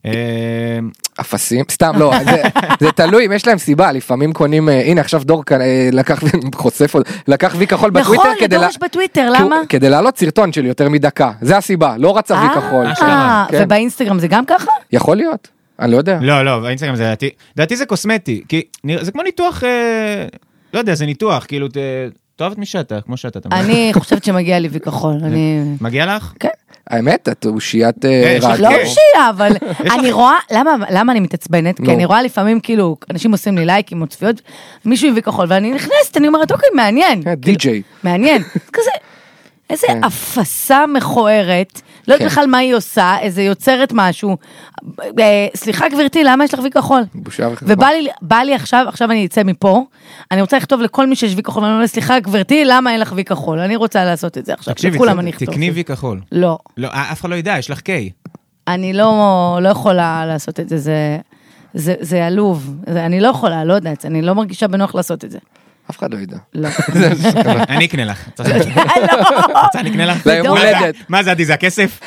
אפסים? סתם, לא, זה, זה תלוי, אם יש להם סיבה, לפעמים קונים, הנה עכשיו דור לקח, חושף, לקח וי כחול בטוויטר, נכון, לדור יש בטוויטר, למה? כדי לעלות סרטון של יותר מדקה, זה הסיבה, לא רצה וי כחול. ובאינסטגרם זה גם ככה? יכול להיות, אני לא יודע. לא, לא, באינסטגרם זה דעתי, דעתי זה קוסמטי, כי זה כמו ניתוח, לא יודע, זה ניתוח, כאילו, תאהב את מי שאתה, כמו שאתה. אני חושבת שמגיע לי וי כחול, אני... מגיע לך? כן. האמת, את אושיית רעש. לא אושייה, אבל אני רואה, למה אני מתעצבנת? כי אני רואה לפעמים, כאילו, אנשים עושים לי לייקים או צפיות, מישהו הביא כחול, ואני נכנסת, אני אומרת, אוקיי, מעניין. די-ג'יי. מעניין. כזה, איזה אפסה מכוערת, לא יודעת בכלל מה היא עושה, איזה יוצרת משהו. סליחה גברתי, למה יש לך וי כחול? בושה וחרפה. ובא לי עכשיו, עכשיו אני אצא מפה, אני רוצה לכתוב לכל מי שיש וי כחול, ואני אומר, סליחה גברתי, למה אין לך וי כחול? אני רוצה לעשות את זה עכשיו, לכולם אני אכתוב. תקני וי כחול. לא. לא, אף אחד לא ידע, יש לך קיי. אני לא, לא יכולה לעשות את זה, זה, זה, זה עלוב. אני לא יכולה, לא יודעת, אני לא מרגישה בנוח לעשות את זה. אף אחד לא ידע. לא. אני אקנה לך. לא. רוצה נקנה לך? ליום הולדת. מה זה, זה הכסף?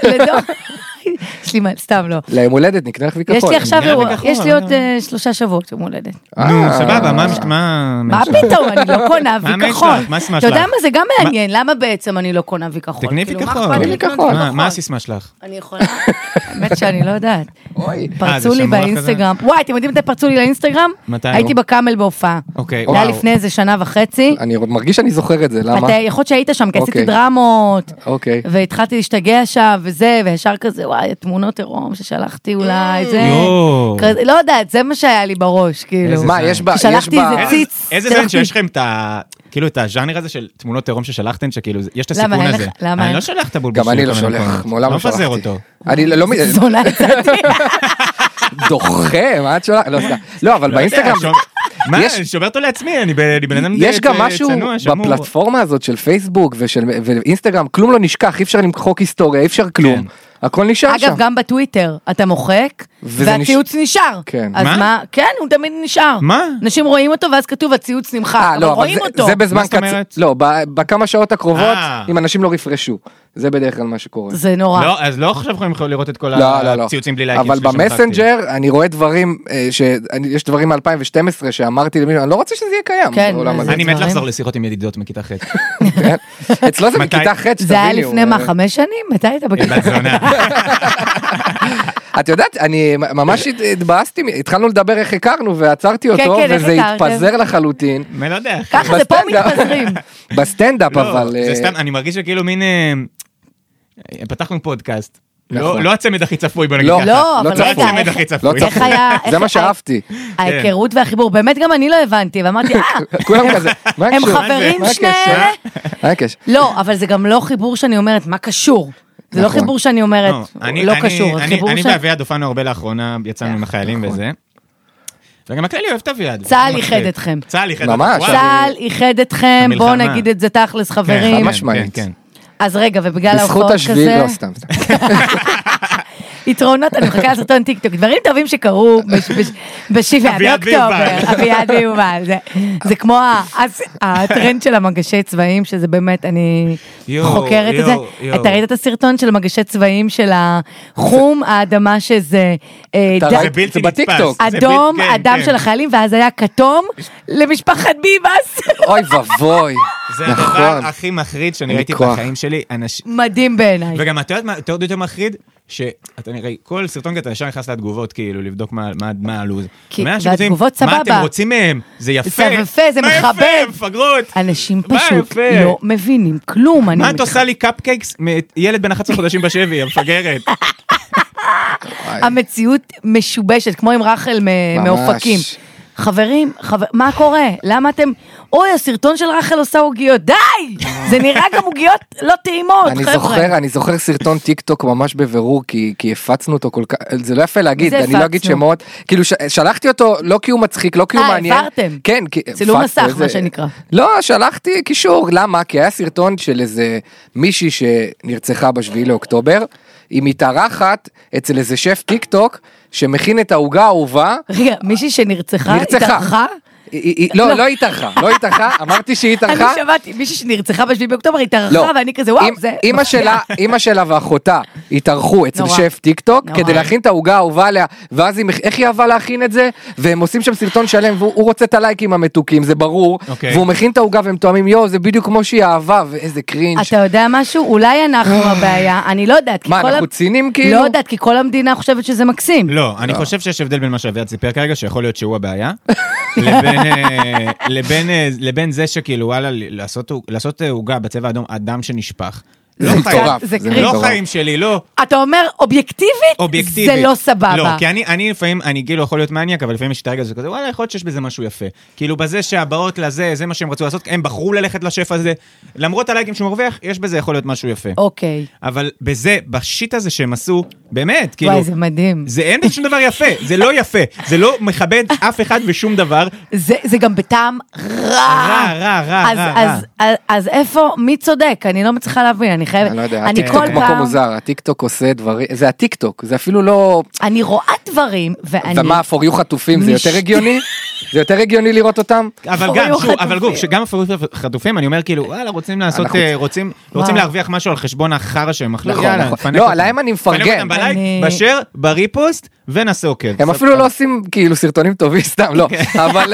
סלימה, סתם לא. ליום הולדת, נקנה לך וי כחול. יש לי עכשיו, יש לי עוד שלושה שבועות יום הולדת. נו, סבבה, מה... מה פתאום, אני לא קונה וי כחול. מה הסיסמה אתה שלך? יודע מה, זה גם מעניין, למה בעצם אני לא קונה וי כחול? תקני וי כחול. מה הסיסמה שלך? אני יכולה, האמת שאני לא יודעת. אוי. פרצו לי באינסטגרם. וואי, אתם יודעים מתי פרצו לי לאינסטגרם? מתי? הייתי בקאמל בהופעה. אוקיי. זה היה לפני איזה שנה וחצי. אני מרגיש שאני זוכר את זה, למה? אתה יכול שהיית שם, כי עשיתי אוקיי. דרמות, אוקיי. והתחלתי להשתגע שם, וזה, וישר כזה, וואי, תמונות עירום ששלחתי אולי, זה... יואו. כזה, לא יודעת, זה מה שהיה לי בראש, כאילו. מה, יש בה... שלחתי איזה ציץ. איזה זמן שיש לכם את ה... כאילו את הז'אנר הזה של תמונות עירום ששלחתם, שכאילו יש את הסיכון הזה. למה? אני לא שולח את הבולבול. גם אני לא שולח, מעולם לא שלחתי. לא מפזר אותו. אני לא... זונה יצאתי. דוחה, מה את שולח? לא, סתם. לא, אבל באינסטגרם... מה, אני שומר אותו לעצמי, אני בן אדם צנוע, יש גם משהו בפלטפורמה הזאת של פייסבוק ואינסטגרם, כלום לא נשכח, אי אפשר למחוק היסטוריה, אי אפשר כלום. הכל נשאר שם. אגב, גם בטוויטר, אתה מוחק, והציוץ נשאר. אז מה? כן, הוא תמיד נשאר. מה? אנשים רואים אותו, ואז כתוב, הציוץ נמחק, אבל רואים אותו. זה בזמן קצר. לא, בכמה שעות הקרובות, אם אנשים לא רפרשו. זה בדרך כלל מה שקורה. זה נורא. לא, אז לא עכשיו יכולים לראות את כל הציוצים בלי לייקים. אבל במסנג'ר, אני רואה דברים, יש דברים מ-אלפיים ושתים עשרה שאמרתי למישהו, אני לא רוצה שזה יהיה קיים. אני מת לחזור לשיחות עם ידידות מכיתה ח'. אצלו זה מכיתה ח', זה היה לפני מה, חמש שנים? מתי היית בכיתה? את יודעת, אני ממש התבאסתי, התחלנו לדבר איך הכרנו ועצרתי אותו, וזה התפזר לחלוטין. מה לא יודע. ככה, זה פה מתפזרים. בסטנדאפ אבל... זה סתם, אני מרגיש שכאילו מין... פתחנו פודקאסט. לא הצמד הכי צפוי, בוא נגיד ככה. לא, אבל רגע, הצמד הכי צפוי. איך היה... זה מה שאהבתי. ההיכרות והחיבור, באמת גם אני לא הבנתי, ואמרתי, אה, כולם כזה, הם חברים שני אלה? מה הקשר? לא, אבל זה גם לא חיבור שאני אומרת, מה קשור? זה לא חיבור שאני אומרת, לא קשור. אני ואביעד הופענו הרבה לאחרונה, יצאנו עם החיילים וזה. וגם הכללי אוהב את אביעד. צהל איחד אתכם. צהל איחד אתכם. ממש. צהל איחד אתכם, בואו נגיד את זה תכלס חברים. ממש מעט. אז רגע, ובגלל ההופעות כזה... בזכות השביל, לא סתם. יתרונות, אני מחכה לסרטון טיק טוק, דברים טובים שקרו בשבעה באוקטובר, אביעד ויובל, זה כמו הטרנד של המגשי צבעים, שזה באמת, אני חוקרת את זה. אתה ראית את הסרטון של המגשי צבעים של החום, האדמה שזה... זה בלתי נתפס. אדום, אדם של החיילים, ואז היה כתום למשפחת ביבס. אוי ובוי. זה הדבר הכי מחריד שאני ראיתי בחיים שלי. מדהים בעיניי. וגם אתה יודעת מה יותר יותר מחריד? שאתה נראה, כל סרטון כתה ישר נכנס לתגובות, כאילו, לבדוק מה הלוז. והתגובות סבבה. מה אתם רוצים מהם? זה יפה. זה יפה, זה מכבד. מפגרות. אנשים פשוט לא מבינים כלום. מה את עושה לי קאפקייקס מילד בן אחת עשרה חודשים בשבי, המפגרת? המציאות משובשת, כמו עם רחל מאופקים. חברים, חבר... מה קורה? למה אתם... אוי, הסרטון של רחל עושה עוגיות, די! זה נראה גם עוגיות לא טעימות, אני חבר'ה. זוכר, אני זוכר סרטון טיק טוק ממש בבירור, כי, כי הפצנו אותו כל כך, זה לא יפה להגיד, אני לא אגיד שמות, כאילו ש... שלחתי אותו לא כי הוא מצחיק, לא כי הוא מעניין. אה, העברתם. כן, כי... צילום מסך, מה שנקרא. לא, שלחתי קישור, למה? כי היה סרטון של איזה מישהי שנרצחה בשביעי לאוקטובר, היא מתארחת אצל איזה שף טיק טוק, שמכין את ההוגה האהובה. רגע, מישהי שנרצחה, התארחה? לא, לא התארחה, לא התארחה, אמרתי שהיא התארחה. אני שמעתי, מישהי שנרצחה בשביעי באוקטובר התארחה, ואני כזה, וואו, זה... אמא שלה ואחותה התארחו אצל שף טיק טוק, כדי להכין את ההוגה האהובה עליה, ואז איך היא אהבה להכין את זה, והם עושים שם סרטון שלם, והוא רוצה את הלייקים המתוקים, זה ברור, והוא מכין את ההוגה, והם תואמים, יו, זה בדיוק כמו שהיא אהבה, ואיזה קרינג'. אתה יודע משהו? אולי אנחנו הבעיה, אני לא יודעת. מה, אנחנו צינים כאילו? לא יודעת, כי כל המדינה חושבת שזה מקסים. לא, אני חושב שיש הבדל בין מה שאביעד סיפר כרגע, שיכול להיות שהוא הבעיה, לבין זה שכאילו, וואלה, לעשות הוגה בצבע אדום, אדם שנשפך. זה מטורף, לא חיים שלי, לא. אתה אומר אובייקטיבית, זה לא סבבה. לא, כי אני לפעמים, אני כאילו יכול להיות מניאק, אבל לפעמים יש את הרגע הזה כזה, וואלה, יכול להיות שיש בזה משהו יפה. כאילו בזה שהבאות לזה, זה מה שהם רצו לעשות, הם בחרו ללכת לשף הזה, למרות הלייקים שהוא מרוויח, יש בזה יכול להיות משהו יפה. אוקיי. אבל בזה, בשיט הזה שהם עשו, באמת, כאילו... וואי, זה מדהים. זה אין שום דבר יפה, זה לא יפה, זה לא מכבד אף אחד ושום דבר. זה גם בטעם רע. רע, רע, רע, רע. אז איפה, מי צודק? אני לא מצליחה להבין, אני חייבת... אני לא יודע, הטיקטוק מקום מוזר, הטיקטוק עושה דברים, זה הטיקטוק, זה אפילו לא... אני רואה דברים, ואני... ומה, פור יו חטופים, זה יותר הגיוני? זה יותר הגיוני לראות אותם? אבל גם, שוב, אבל גוף, שגם הפור יו חטופים, אני אומר כאילו, וואלה, רוצים לעשות, רוצים להרוויח משהו על חשבון החרא שהם אכלו. לא, עליהם אני מפרגן. בשיר, בריפוסט, ונעשה עוקב. הם אפילו לא עושים כאילו סרטונים טובים סתם, לא, אבל...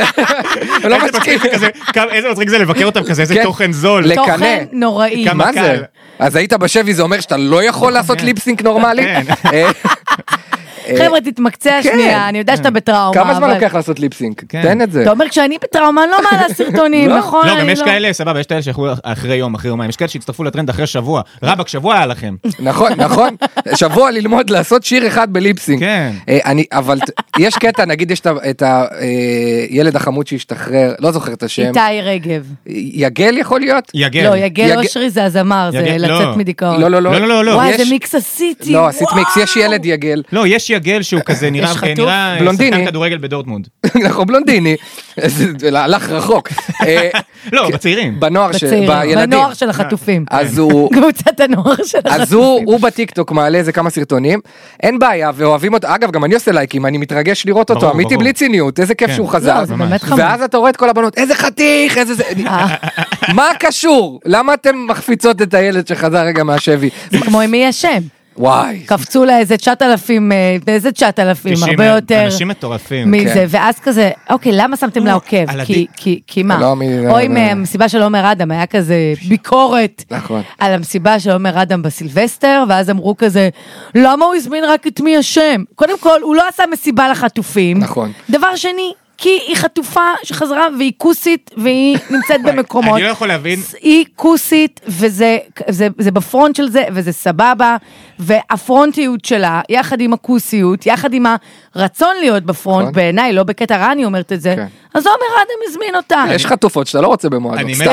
איזה מצחיק זה לבקר אותם כזה, איזה תוכן זול. תוכן נוראי. מה זה? אז היית בשבי, זה אומר שאתה לא יכול לעשות ליפסינק נורמלי? חבר'ה, תתמקצע שנייה, אני יודע שאתה בטראומה. כמה זמן לוקח לעשות ליפסינק? תן את זה. אתה אומר, כשאני בטראומה, אני לא מעלה סרטונים, נכון? לא, גם יש כאלה, סבבה, יש כאלה שיכולו אחרי יום, אחרי יומיים, יש כאלה שהצטרפו לטרנד אחרי שבוע. רבק, שבוע היה לכם. נכון, נכון. שבוע ללמוד לעשות שיר אחד בליפסינק. כן. אבל יש קטע, נגיד יש את הילד החמוד שהשתחרר, לא זוכר את השם. איתי רגב. יגל יכול להיות? יגל. לא, יגל אושרי זה הזמר, זה לצאת מדיכאון. לא, לא, לא. וואי, זה מיקס עסיתי. לא, עשית מיקס, יש ילד יגל. לא, יש יגל שהוא כזה נראה שחקן כדורגל בדורטמונד. נכון, בלונדיני. הלך רחוק. לא, בצעירים. בנוער של, בילדים. בנוער של החטופים. אז הוא... קבוצת הנוער של החטופים. אז הוא בטיקטוק מעלה איזה כמה סרטונים. אין בעיה, ואוהבים אותו. אגב, גם אני עושה לייקים, אני מתרגש לראות אותו. אמיתי בלי ציניות, איזה כיף שהוא חזר. ואז אתה רואה את כל הבנות, איזה חתיך, איזה זה... מה קשור? למה אתם מחפיצות את הילד שחזר רגע מהשבי? זה כמו עם מי השם. וואי. קפצו לה איזה תשעת אלפים, באיזה תשעת אלפים, הרבה יותר. אנשים מטורפים. מזה, ואז כזה, אוקיי, למה שמתם לה עוקב? כי מה? או עם המסיבה של עומר אדם, היה כזה ביקורת על המסיבה של עומר אדם בסילבסטר, ואז אמרו כזה, למה הוא הזמין רק את מי השם? קודם כל, הוא לא עשה מסיבה לחטופים. נכון. דבר שני, כי היא חטופה שחזרה והיא כוסית והיא נמצאת במקומות. אני לא יכול להבין. היא כוסית וזה זה, זה בפרונט של זה וזה סבבה, והפרונטיות שלה יחד עם הכוסיות, יחד עם הרצון להיות בפרונט, בעיניי, לא בקטע רע אני אומרת את זה, אז עומר אדם הזמין אותה. יש חטופות שאתה לא רוצה במועדות, סתם.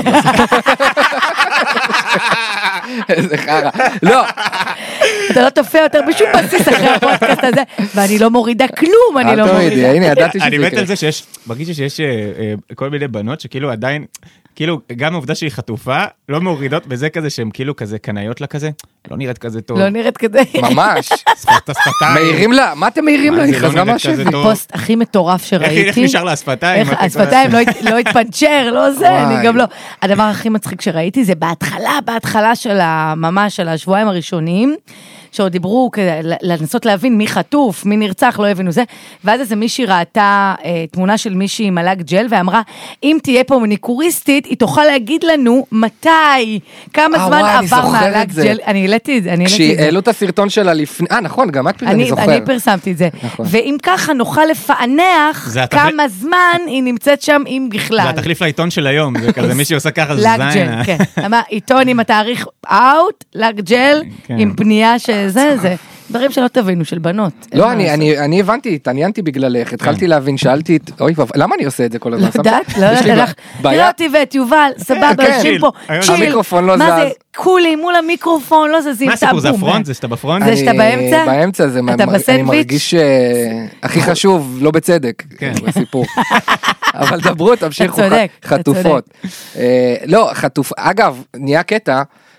איזה חרא. לא. אתה לא תופיע יותר בשום בסיס אחרי הפודקאסט הזה, ואני לא מורידה כלום, אני לא מורידה. הנה, ידעתי שזה אני מת על זה שיש, מרגיש שיש כל מיני בנות שכאילו עדיין, כאילו, גם העובדה שהיא חטופה, לא מורידות בזה כזה שהם כאילו כזה קנאיות לה כזה, לא נראית כזה טוב. לא נראית כזה. ממש. שפת השפתיים. מהירים לה, מה אתם מהירים לה? היא חזרה מהשבי. הפוסט הכי מטורף שראיתי. איך נשאר לה השפתיים? השפתיים לא התפנצ'ר, לא זה, אני גם לא. הדבר הכי מצחיק שראיתי זה בהתחלה, בהתחלה של ממש של השבועיים הראשונים, שעוד דיברו כדי לנסות להבין מי חטוף, מי נרצח, לא הבינו זה, ואז איזה מישהי ראתה אה, תמונה של מישהי עם מלאק ג'ל, ואמרה, אם תהיה פה מניקוריסטית, היא תוכל להגיד לנו מתי, כמה 아, זמן וואי, עבר מלאק ג'ל, אני העליתי את זה, אני העליתי את זה. כשהעלו את הסרטון שלה לפני, אה נכון, גם את אני זוכר. אני פרסמתי את זה, נכון. ואם ככה נוכל לפענח כמה זמן היא נמצאת שם, אם בכלל. זה התחליף לעיתון של היום, זה כזה מישהי עושה ככה זין. כן, עיתון עם התאריך אאוט, לק ג'ל, עם פנייה שזה, זה. דברים שלא תבינו, של בנות. לא, אני הבנתי, התעניינתי בגללך, התחלתי להבין, שאלתי, אוי, למה אני עושה את זה כל הזמן? לא יודעת, לא יודעת, תראה אותי ואת יובל, סבבה, יושבים פה, צ'יל, המיקרופון לא זז. מה זה, קולי מול המיקרופון, לא זזים, מה הסיפור, זה הפרונט? זה שאתה בפרונט? זה שאתה באמצע? באמצע, אני מרגיש הכי חשוב, לא בצדק, בסיפור. אבל דברו, תמשיכו, חטופות. לא, חטוף, אגב, נהיה קטע,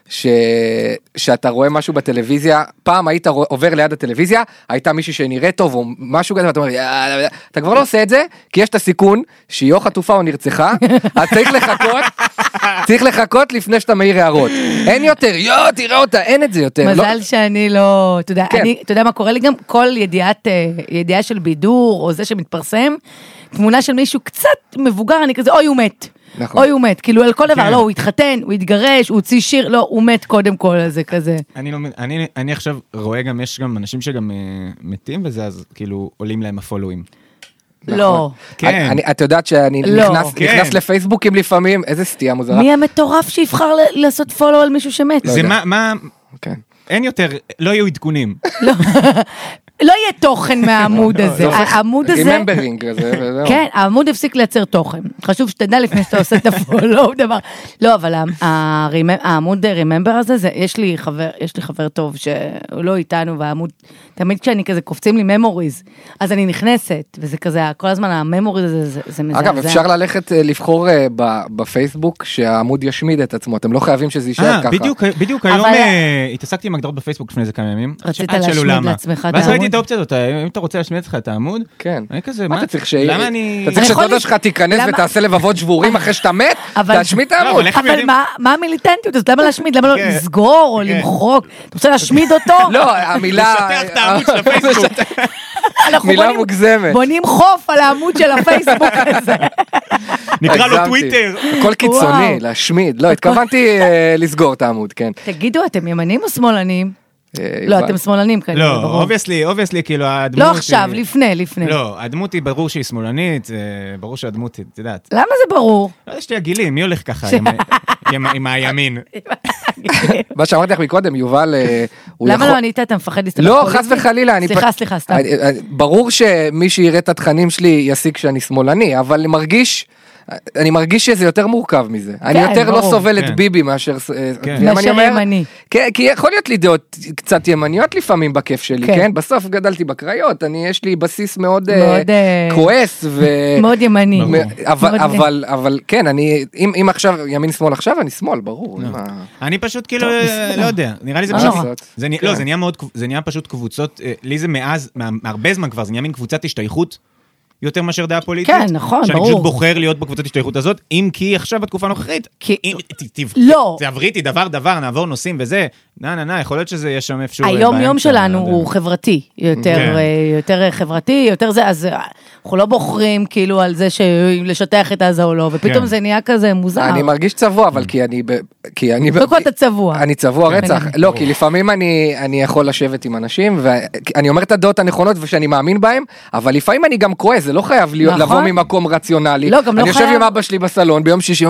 ש... שאתה רואה משהו בטלוויזיה, פעם היית עובר ליד הטלוויזיה, הייתה מישהי שנראה טוב או משהו כזה, ואתה אומר, אתה כבר לא עושה את זה, כי יש את הסיכון שהיא או חטופה או נרצחה, אז צריך לחכות, צריך לחכות לפני שאתה מעיר הערות. אין יותר, יו, תראה אותה, אין את זה יותר. מזל שאני לא, אתה יודע, אני, אתה יודע מה קורה לי גם? כל ידיעת, ידיעה של בידור, או זה שמתפרסם, תמונה של מישהו קצת מבוגר, אני כזה, אוי, הוא מת. נכון. אוי, הוא מת, כאילו על כל דבר, לא, הוא התחתן, הוא התגרש, הוא הוציא שיר, לא, הוא מת קודם כל, אז זה כזה. אני לא, אני, אני עכשיו רואה גם, יש גם אנשים שגם uh, מתים בזה, אז כאילו עולים להם הפולואים. לא. כן. אני, את יודעת שאני נכנס, נכנס לפייסבוקים לפעמים, איזה סטייה מוזרה. מי המטורף שיבחר לעשות פולו על מישהו שמת? זה מה, מה, אין יותר, לא יהיו עדכונים. לא. לא יהיה תוכן מהעמוד הזה, העמוד הזה, ריממברינג הזה, כן, העמוד הפסיק לייצר תוכן, חשוב שתדע לפני שאתה עושה את הפולו, דבר, לא, אבל העמוד ריממבר הזה, יש לי חבר, יש לי חבר טוב שהוא לא איתנו, והעמוד, תמיד כשאני כזה קופצים לי ממוריז, אז אני נכנסת, וזה כזה, כל הזמן הממוריז הזה, זה מזעזע. אגב, אפשר ללכת לבחור בפייסבוק שהעמוד ישמיד את עצמו, אתם לא חייבים שזה יישאר ככה. בדיוק, היום התעסקתי עם הגדרות בפייסבוק לפני איזה כמה ימים, רצית להשמיד לעצמך את העמוד? את האופציה הזאת, אם אתה רוצה להשמיד לך את העמוד, כן. אני כזה, מה מה? אתה צריך ש... למה אני... אתה צריך שדודה שלך תיכנס ותעשה לבבות שבורים אחרי שאתה מת, תשמיד את העמוד. אבל מה המיליטנטיות? אז למה להשמיד? למה לא לסגור או למחוק? אתה רוצה להשמיד אותו? לא, המילה... לשטח את העמוד של הפייסבוק. מילה מוגזמת. בונים חוף על העמוד של הפייסבוק הזה. נקרא לו טוויטר. הכל קיצוני, להשמיד. לא, התכוונתי לסגור את העמוד, כן. תגידו, אתם ימנים או שמאלנים? לא, אתם שמאלנים כאלה. לא, אובייסלי, אובייסלי, כאילו הדמות... לא עכשיו, לפני, לפני. לא, הדמות היא ברור שהיא שמאלנית, ברור שהדמות היא, את יודעת. למה זה ברור? לא, יש לי הגילים, מי הולך ככה עם הימין? מה שאמרתי לך מקודם, יובל... למה לא ענית, אתה מפחד להסתכל? לא, חס וחלילה. סליחה, סליחה, סתם. ברור שמי שיראה את התכנים שלי יסיק שאני שמאלני, אבל מרגיש... אני מרגיש שזה יותר מורכב מזה. אני יותר לא סובל את ביבי מאשר ימני. כי יכול להיות לי דעות קצת ימניות לפעמים בכיף שלי, כן? בסוף גדלתי בקריות, יש לי בסיס מאוד כועס. מאוד ימני. אבל כן, אם עכשיו ימין שמאל עכשיו, אני שמאל, ברור. אני פשוט כאילו, לא יודע, נראה לי זה פשוט, לא, זה נהיה פשוט קבוצות, לי זה מאז, הרבה זמן כבר, זה נהיה מין קבוצת השתייכות, יותר מאשר דעה פוליטית. כן, נכון, ברור. שאני פשוט בוחר להיות בקבוצת השתייכות הזאת, אם כי עכשיו בתקופה הנוכחית, לא. תעברי איתי דבר דבר, נעבור נושאים וזה, נה, נה, נה, יכול להיות שזה יש שם איפשהו... היום יום שלנו הוא חברתי, יותר חברתי, יותר זה, אז אנחנו לא בוחרים כאילו על זה לשטח את הזה או לא, ופתאום זה נהיה כזה מוזר. אני מרגיש צבוע, אבל כי אני... לא כל אתה צבוע. אני צבוע רצח. לא, כי לפעמים אני יכול לשבת עם אנשים, ואני אומר את הדעות הנכונות ושאני מאמין בהם, אבל לפעמים אני גם כועס, זה לא חייב לבוא ממקום רציונלי. אני יושב עם אבא שלי בסלון ביום שישי,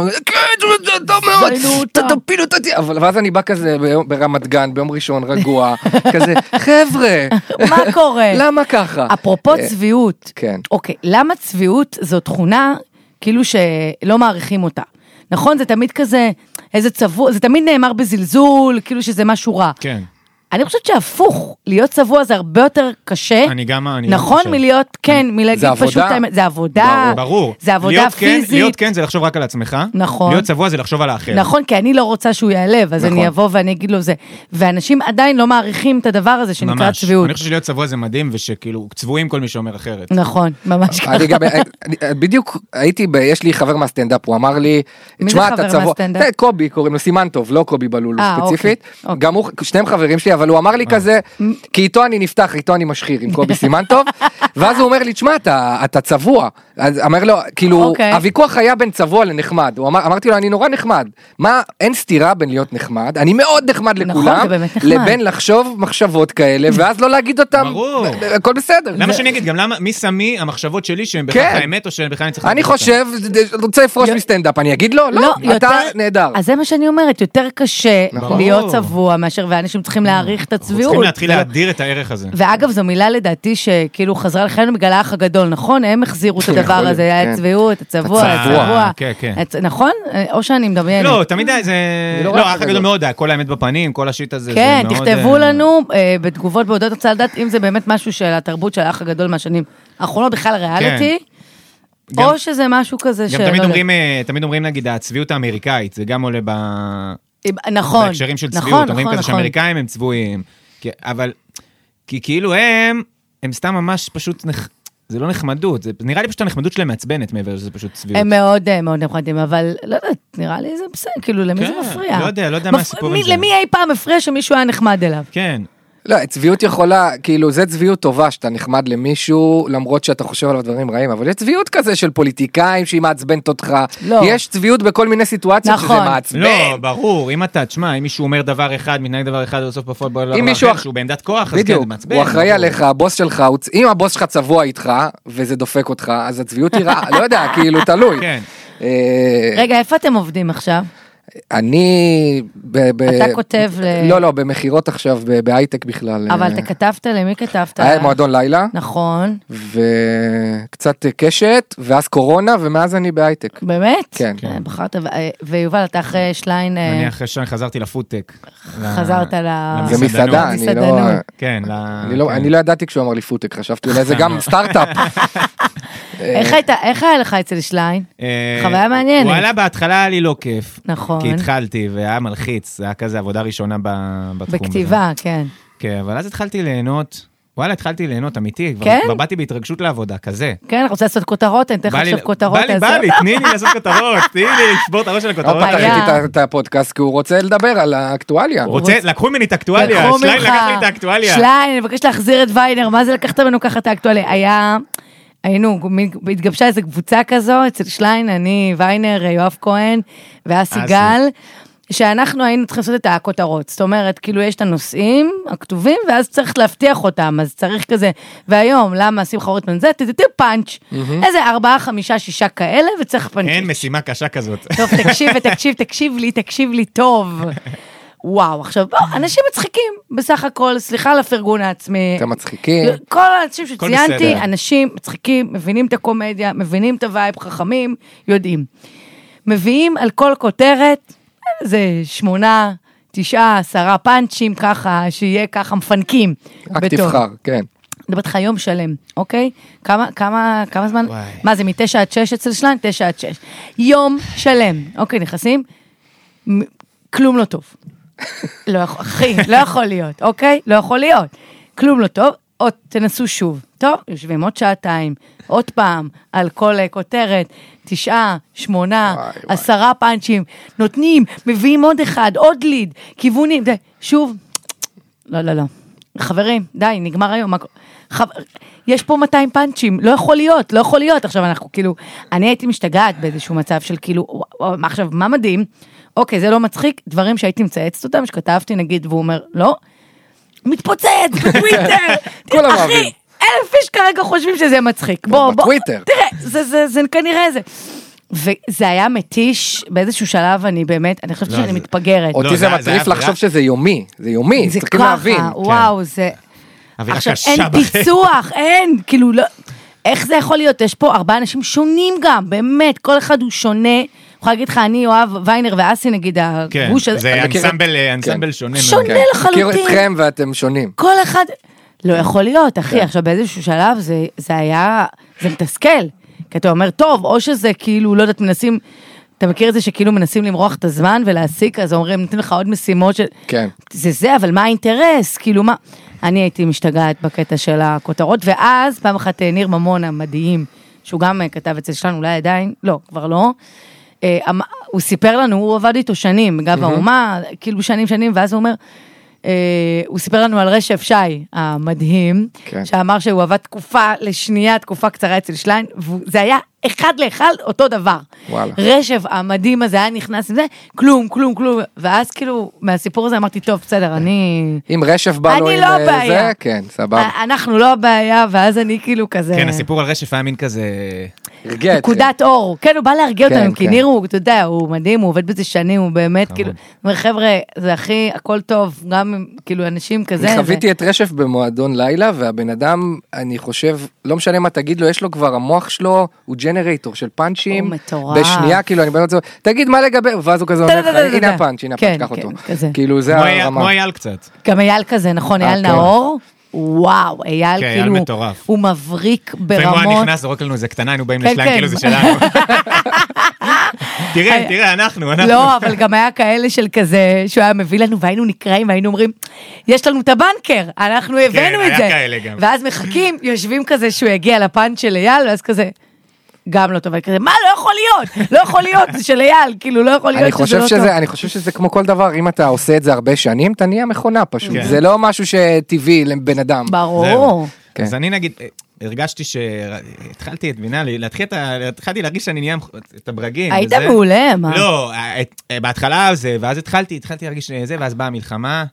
טוב מאוד, תפיל אותי, אבל ואז אני בא כזה ברמת גן, ביום ראשון רגוע, כזה, חבר'ה, מה קורה? למה ככה? אפרופו צביעות, אוקיי, למה צביעות זו תכונה כאילו שלא מעריכים אותה? נכון, זה תמיד כזה, איזה צבוע, זה תמיד נאמר בזלזול, כאילו שזה משהו רע. כן. אני חושבת שהפוך, להיות צבוע זה הרבה יותר קשה. אני גם, אני נכון, מלהיות, כן, מלהגיד פשוט, זה עבודה, ברור. זה עבודה פיזית. להיות כן זה לחשוב רק על עצמך. נכון. להיות צבוע זה לחשוב על האחר. נכון, כי אני לא רוצה שהוא יעלב, אז אני אבוא ואני אגיד לו זה. ואנשים עדיין לא מעריכים את הדבר הזה שנקרא צביעות. אני חושב שלהיות צבוע זה מדהים, ושכאילו צבועים כל מי שאומר אחרת. נכון, ממש ככה. אני גם, בדיוק הייתי, יש לי חבר מהסטנדאפ, הוא אמר לי, תשמע, אתה צבוע. קובי, קוראים לו סימנטוב, לא קובי בלולו ספציפית. גם הוא, שניהם חברים שלי, אבל הוא אמר לי כזה, כי איתו אני נפתח, איתו אני משחיר עם קובי סימנטוב, ואז הוא אומר לי, תשמע, אתה צבוע. אז אמר לו, כאילו, הוויכוח היה בין צבוע לנחמד. אמרתי לו, אני נורא נחמד. מה, אין סתירה בין להיות נחמד, אני מאוד נחמד לכולם, לבין לחשוב מחשבות כאלה, ואז לא להגיד אותם, הכל בסדר. למה שאני אגיד, גם למה, מי שמי המחשבות שלי, שהם בכך האמת, או שהם בכך אני צריך... אני חושב, רוצה לפרוש מסטנדאפ, אני אגיד לו, לא, אתה נהדר. אז זה מה שאני אומרת, יותר קשה להיות צבוע, מאשר ואנשים צריכים להעריך את הצביעות. צריכים להתחיל להדיר את הערך הזה. ואגב, זו מילה לדעתי שכאילו חזרה לחיינו בגלל האח הגדול, נכון? הם החזירו את הדבר הזה, היה הצביעות, הצבוע, הצבוע. נכון? או שאני מדמיינת. לא, תמיד זה... לא, האח הגדול מאוד, כל האמת בפנים, כל השיט הזה. כן, תכתבו לנו בתגובות בהודעות הצעה לדעת, אם זה באמת משהו של התרבות של האח הגדול מהשנים האחרונות, בכלל ריאליטי, או שזה משהו כזה גם תמיד אומרים, נגיד, הצביעות האמריקאית, זה גם עולה ב... נכון. בהקשרים של צביעות, אומרים כזה שאמריקאים הם צבועים. אבל, כי כאילו הם, הם סתם ממש פשוט, זה לא נחמדות, נראה לי פשוט הנחמדות שלהם מעצבנת מעבר, זה פשוט צביעות. הם מאוד מאוד נחמדים, אבל לא יודעת, נראה לי זה בסדר, כאילו למי זה מפריע? לא יודע, לא יודע מה הסיפור עם זה. למי אי פעם מפריע שמישהו היה נחמד אליו? כן. לא, צביעות יכולה, כאילו, זה צביעות טובה שאתה נחמד למישהו, למרות שאתה חושב עליו דברים רעים, אבל יש צביעות כזה של פוליטיקאים שהיא מעצבנת אותך. לא. יש צביעות בכל מיני סיטואציות נכון. שזה מעצבן. לא, ברור, אם אתה, תשמע, אם מישהו אומר דבר אחד, מתנהג דבר אחד, בסוף בפועל בוא דבר אחר, אח... שהוא בעמדת כוח, אז כן, זה מעצבן. הוא אחראי עליך, הבוס שלך, אם הבוס שלך צבוע איתך, וזה דופק אותך, אז הצביעות היא רעה, לא יודע, כאילו, תלוי. כן. רגע, איפה אתם עובדים עכשיו? אני... אתה כותב ל... לא, לא, במחירות עכשיו, בהייטק בכלל. אבל אתה כתבת, למי כתבת? היה מועדון לילה. נכון. וקצת קשת, ואז קורונה, ומאז אני בהייטק. באמת? כן. בחרת, ויובל, אתה אחרי שליין... אני אחרי שליין חזרתי לפודטק. חזרת ל... זה מסעדה, אני לא... כן, אני לא ידעתי כשהוא אמר לי פודטק, חשבתי אולי זה גם סטארט-אפ. איך היה לך אצל שליין? חוויה מעניינת. הוא עלה בהתחלה, היה לי לא כיף. נכון. כי התחלתי, והיה מלחיץ, זה היה כזה עבודה ראשונה בתחום. בכתיבה, כן. כן, אבל אז התחלתי ליהנות, וואלה, התחלתי ליהנות אמיתי, כבר באתי בהתרגשות לעבודה, כזה. כן, אני רוצה לעשות כותרות, אני תכף עכשיו כותרות. בא לי, בא לי, תני לי לעשות כותרות, תני לי לשבור את הראש של הכותרות. לא פתחתי את הפודקאסט, כי הוא רוצה לדבר על האקטואליה. לקחו ממני את האקטואליה, שליין לקח לי את האקטואליה. שליין, אני מבקש להחזיר את ויינר, מה זה לקחת ממנו ככה את האקטואליה? היה... היינו, התגבשה איזו קבוצה כזו, אצל שליין, אני, ויינר, יואב כהן, ואסי גל, שאנחנו היינו צריכים לעשות את הכותרות, זאת אומרת, כאילו יש את הנושאים הכתובים, ואז צריך להבטיח אותם, אז צריך כזה, והיום, למה שמחה רוטמן זה, תתתיר פאנץ', איזה ארבעה, חמישה, שישה כאלה, וצריך פאנץ'. אין משימה קשה כזאת. טוב, תקשיב ותקשיב, תקשיב לי, תקשיב לי טוב. וואו, עכשיו, בוא, אנשים מצחיקים, בסך הכל, סליחה על הפרגון העצמי. אתם מצחיקים. כל האנשים שציינתי, אנשים מצחיקים, מבינים את הקומדיה, מבינים את הווייב, חכמים, יודעים. מביאים על כל כותרת, זה שמונה, תשעה, עשרה פאנצ'ים, ככה, שיהיה ככה מפנקים. רק תבחר, כן. מדברת לך יום שלם, אוקיי? כמה, כמה, כמה זמן? וואי. מה זה, מתשע עד שש אצל שלן? תשע עד שש. יום שלם, אוקיי, נכנסים, כלום לא טוב. לא יכול, אחי, לא יכול להיות, אוקיי? לא יכול להיות. כלום לא טוב, עוד תנסו שוב. טוב, יושבים עוד שעתיים, עוד פעם, על כל כותרת, תשעה, שמונה, וואי, עשרה וואי. פאנצ'ים, נותנים, מביאים עוד אחד, עוד ליד, כיוונים, די, שוב, לא, לא, לא. חברים, די, נגמר היום. חב... יש פה מאתיים פאנצ'ים, לא יכול להיות, לא יכול להיות. עכשיו אנחנו כאילו, אני הייתי משתגעת באיזשהו מצב של כאילו, עכשיו, מה מדהים? אוקיי, זה לא מצחיק, דברים שהייתי מצייצת אותם, שכתבתי נגיד, והוא אומר, לא, מתפוצץ בטוויטר, אחי, אלף איש כרגע חושבים שזה מצחיק, בוא, בוא, תראה, זה, זה, זה כנראה זה. וזה היה מתיש, באיזשהו שלב אני באמת, אני חושבת שאני מתפגרת. אותי זה מטריף לחשוב שזה יומי, זה יומי, צריכים להבין. וואו, זה... עכשיו, אין פיצוח, אין, כאילו, איך זה יכול להיות? יש פה ארבעה אנשים שונים גם, באמת, כל אחד הוא שונה, יכולה להגיד לך, אני, יואב, ויינר ואסי, נגיד, הגוש הזה. זה אנסמבל שונה. שונה לחלוטין. מכיר אתכם ואתם שונים. כל אחד, לא יכול להיות, אחי, עכשיו באיזשהו שלב, זה היה, זה מתסכל. כי אתה אומר, טוב, או שזה כאילו, לא יודעת, מנסים, אתה מכיר את זה שכאילו מנסים למרוח את הזמן ולהסיק, אז אומרים, נותנים לך עוד משימות של... כן. זה זה, אבל מה האינטרס? כאילו מה... אני הייתי משתגעת בקטע של הכותרות, ואז פעם אחת ניר ממון המדהים, שהוא גם כתב אצל שלנו, אולי עדיין, לא, כבר לא, הוא סיפר לנו, הוא עבד איתו שנים, בגב האומה, כאילו שנים שנים, ואז הוא אומר, הוא סיפר לנו על רשף שי המדהים, שאמר שהוא עבד תקופה לשנייה, תקופה קצרה אצל שליין, וזה היה אחד לאחד אותו דבר. רשף המדהים הזה היה נכנס עם זה, כלום, כלום, כלום, ואז כאילו, מהסיפור הזה אמרתי, טוב, בסדר, אני... אם רשף בא לו עם זה, כן, סבבה. אנחנו לא הבעיה, ואז אני כאילו כזה... כן, הסיפור על רשף היה מין כזה... הרגיע אתכם. נקודת אור, כן, הוא בא להרגיע אותנו, כי ניר הוא, אתה יודע, הוא מדהים, הוא עובד בזה שנים, הוא באמת, כאילו, אומר, חבר'ה, זה הכי, הכל טוב, גם, כאילו, אנשים כזה. אני חוויתי את רשף במועדון לילה, והבן אדם, אני חושב, לא משנה מה תגיד לו, יש לו כבר, המוח שלו, הוא ג'נרייטור של פאנצ'ים, בשנייה, כאילו, אני באמת, תגיד מה לגבי, ואז הוא כזה אומר לך, הנה הפאנץ', הנה הפאנץ', קח אותו. כאילו, זה הרמה. כמו אייל קצת. גם אייל כזה, נכון, אייל נאור. וואו, אייל כאילו, הוא מבריק ברמות. ואם הוא היה נכנס, זורק לנו איזה קטנה, היינו באים לשליים, כאילו זה שלנו. תראה, תראה, אנחנו, אנחנו. לא, אבל גם היה כאלה של כזה, שהוא היה מביא לנו, והיינו נקראים, והיינו אומרים, יש לנו את הבנקר, אנחנו הבאנו את זה. ואז מחכים, יושבים כזה שהוא יגיע לפאנץ' של אייל, ואז כזה, גם לא טוב, כזה, מה, לא יכול להיות, לא יכול להיות, זה של אייל, כאילו, לא יכול להיות שזה לא טוב. אני חושב שזה כמו כל דבר, אם אתה עושה את זה הרבה שנים, אתה נהיה מכונה פשוט, זה לא משהו שטבעי לבן אדם. ברור. אז אני נגיד, הרגשתי שהתחלתי את בינה, התחלתי להרגיש שאני נהיה את הברגים. היית מעולה, מה? לא, בהתחלה זה, ואז התחלתי, התחלתי להרגיש זה, ואז באה המלחמה.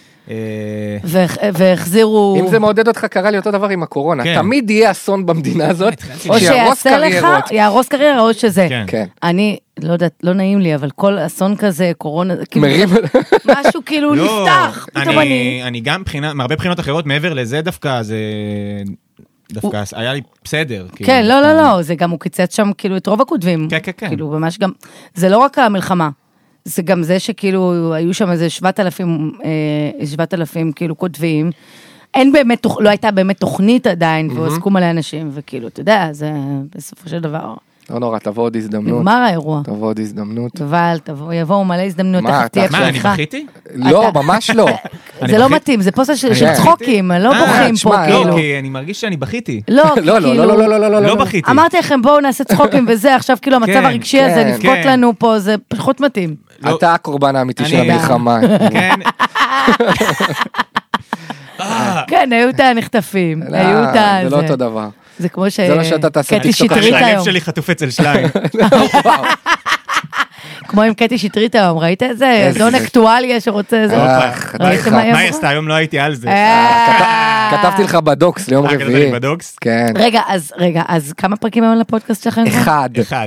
והחזירו... אם זה מעודד אותך, קרה לי אותו דבר עם הקורונה. תמיד יהיה אסון במדינה הזאת, או שיעשה לך, יערוס קריירה, או שזה. אני, לא יודעת, לא נעים לי, אבל כל אסון כזה, קורונה, משהו כאילו נפתח. אני גם מהרבה בחינות אחרות, מעבר לזה דווקא, זה... דווקא היה לי בסדר. כן, לא, לא, לא, זה גם הוא קיצץ שם כאילו את רוב הכותבים. כן, כן, כן. כאילו, ממש גם, זה לא רק המלחמה. זה גם זה שכאילו, היו שם איזה שבעת אלפים, שבעת אלפים כאילו כותבים, אין באמת, לא הייתה באמת תוכנית עדיין, ועוסקו מלא אנשים, וכאילו, אתה יודע, זה בסופו של דבר. לא נורא, תבוא עוד הזדמנות. נגמר האירוע. תבוא עוד הזדמנות. אבל, תבוא, יבואו מלא הזדמנות, מה, מה, אני בכיתי? לא, ממש לא. זה לא מתאים, זה פה של צחוקים, לא בוכים פה, כאילו. לא, כי אני מרגיש שאני בכיתי. לא, לא, לא, לא, לא, לא, לא, לא בכיתי. אמרתי לכם, בואו נעשה צחוקים וזה, עכשיו כאילו המצב הרגשי הזה, נבכות לנו פה, זה פחות מתאים. אתה הקורבן האמיתי של המלחמה. כן. כן, היו את הנחטפים, היו את זה לא אותו דבר. זה כמו ש... זה לא שאתה תעשה קטי שטרית היום. הלב שלי חטוף אצל שליים. כמו עם קטי שטרית היום, ראית את זה? זון אקטואליה שרוצה זה. מה היא עשתה? היום לא הייתי על זה. כתבתי לך בדוקס ליום רביעי. כתבתי לך בדוקס? כן. רגע, אז רגע, אז כמה פרקים היום לפודקאסט שלכם? אחד. אחד.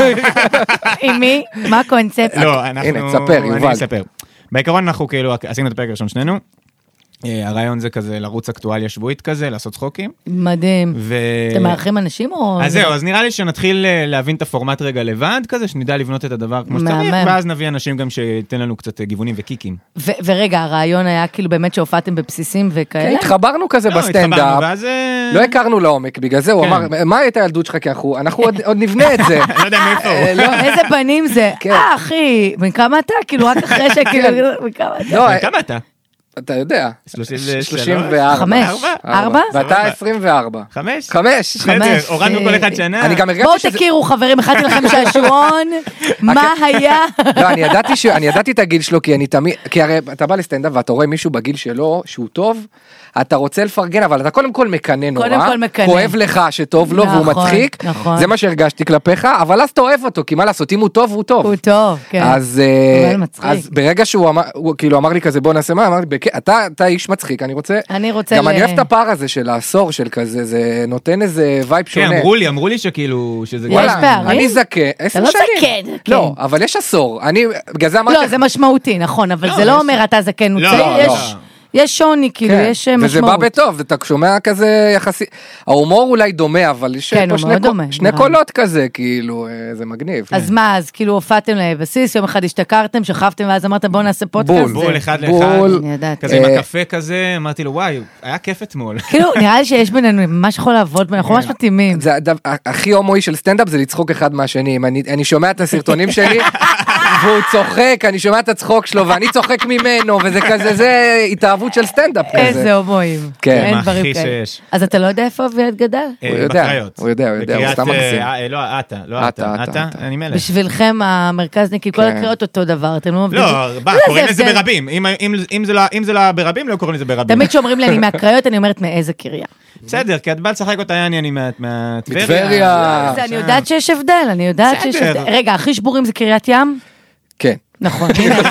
עם מי? מה הקונספט? לא, אנחנו... הנה, תספר, יובל. אני אספר. בעיקרון אנחנו כאילו, עשינו את הפרק הראשון שנינו. הרעיון זה כזה לרוץ אקטואליה שבועית כזה, לעשות צחוקים. מדהים. אתם מארחים אנשים או... אז זהו, אז נראה לי שנתחיל להבין את הפורמט רגע לבד כזה, שנדע לבנות את הדבר כמו שצריך, ואז נביא אנשים גם שייתן לנו קצת גיוונים וקיקים. ורגע, הרעיון היה כאילו באמת שהופעתם בבסיסים וכאלה? כן, התחברנו כזה בסטנדאפ. לא הכרנו לעומק, בגלל זה הוא אמר, מה הייתה הילדות שלך? כי אנחנו עוד נבנה את זה. לא יודע מאיפה הוא. איזה בנים זה? אה, אחי, מכמה אתה? כאילו רק אחרי שכאילו, מכמה אתה? אתה יודע. שלושים וארבע. חמש. ארבע? ואתה עשרים וארבע. חמש? חמש. חמש. הורדנו כל אחד שנה. בואו תכירו חברים, הכנתי לכם שעשועון, מה היה? לא, אני ידעתי את הגיל שלו, כי אני תמיד, כי הרי אתה בא לסטנדאפ ואתה רואה מישהו בגיל שלו, שהוא טוב, אתה רוצה לפרגן, אבל אתה קודם כל מקנא נורא. קודם כל מקנא. כואב לך שטוב לו והוא מצחיק. זה מה שהרגשתי כלפיך, אבל אז אתה אוהב אותו, כי מה לעשות, אם הוא טוב, הוא טוב. הוא טוב, כן. אז ברגע שהוא כאילו אמר לי כזה, בוא נעשה מה, אמרתי, אתה איש מצחיק, אני רוצה... אני רוצה... גם אני אוהב את הפער הזה של העשור של כזה, זה נותן איזה וייב שונה. כן, אמרו לי, אמרו לי שכאילו, שזה... יש פערים? אני זקן, עשר שנים. אתה לא זקן. לא, אבל יש עשור. אני, בגלל זה אמרתי... לא, זה משמעותי, נכון, אבל זה לא אומר אתה זקן, הוא צעיר, יש שוני, כאילו, יש משמעות. וזה בא בטוב, אתה שומע כזה יחסי, ההומור אולי דומה, אבל יש פה שני קולות כזה, כאילו, זה מגניב. אז מה, אז כאילו הופעתם לבסיס, יום אחד השתכרתם, שכבתם, ואז אמרת בוא נעשה פודקאסט. בול, בול, אחד לאחד, כזה עם הקפה כזה, אמרתי לו, וואי, היה כיף אתמול. כאילו, נראה לי שיש בינינו, ממש יכול לעבוד, אנחנו ממש מתאימים. הכי הומואי של סטנדאפ זה לצחוק אחד מהשני, אני שומע את הסרטונים שלי, והוא צוחק, אני שומע את הצחוק שלו, ואני צוחק ממנו, וזה כזה, זה התאהבות של סטנדאפ כזה. איזה הומואים. כן. אין דברים כאלה. אז אתה לא יודע איפה אביעד גדל? הוא יודע, הוא יודע, הוא יודע, הוא סתם מגזים. לא, אתה, לא אתה, אתה, אני מלך. בשבילכם המרכזניקים, כל הקריאות אותו דבר, אתם לא... לא, קוראים לזה ברבים, אם זה לא ברבים, לא קוראים לזה ברבים. תמיד שאומרים לי אני מהקריות, אני אומרת מאיזה קריה. בסדר, כי את באה לשחק אותה יעני מהטבריה. אני יודעת שיש הבדל, אני יודעת שיש הבדל. רגע, הכי שבורים זה קריית ים? כן. נכון.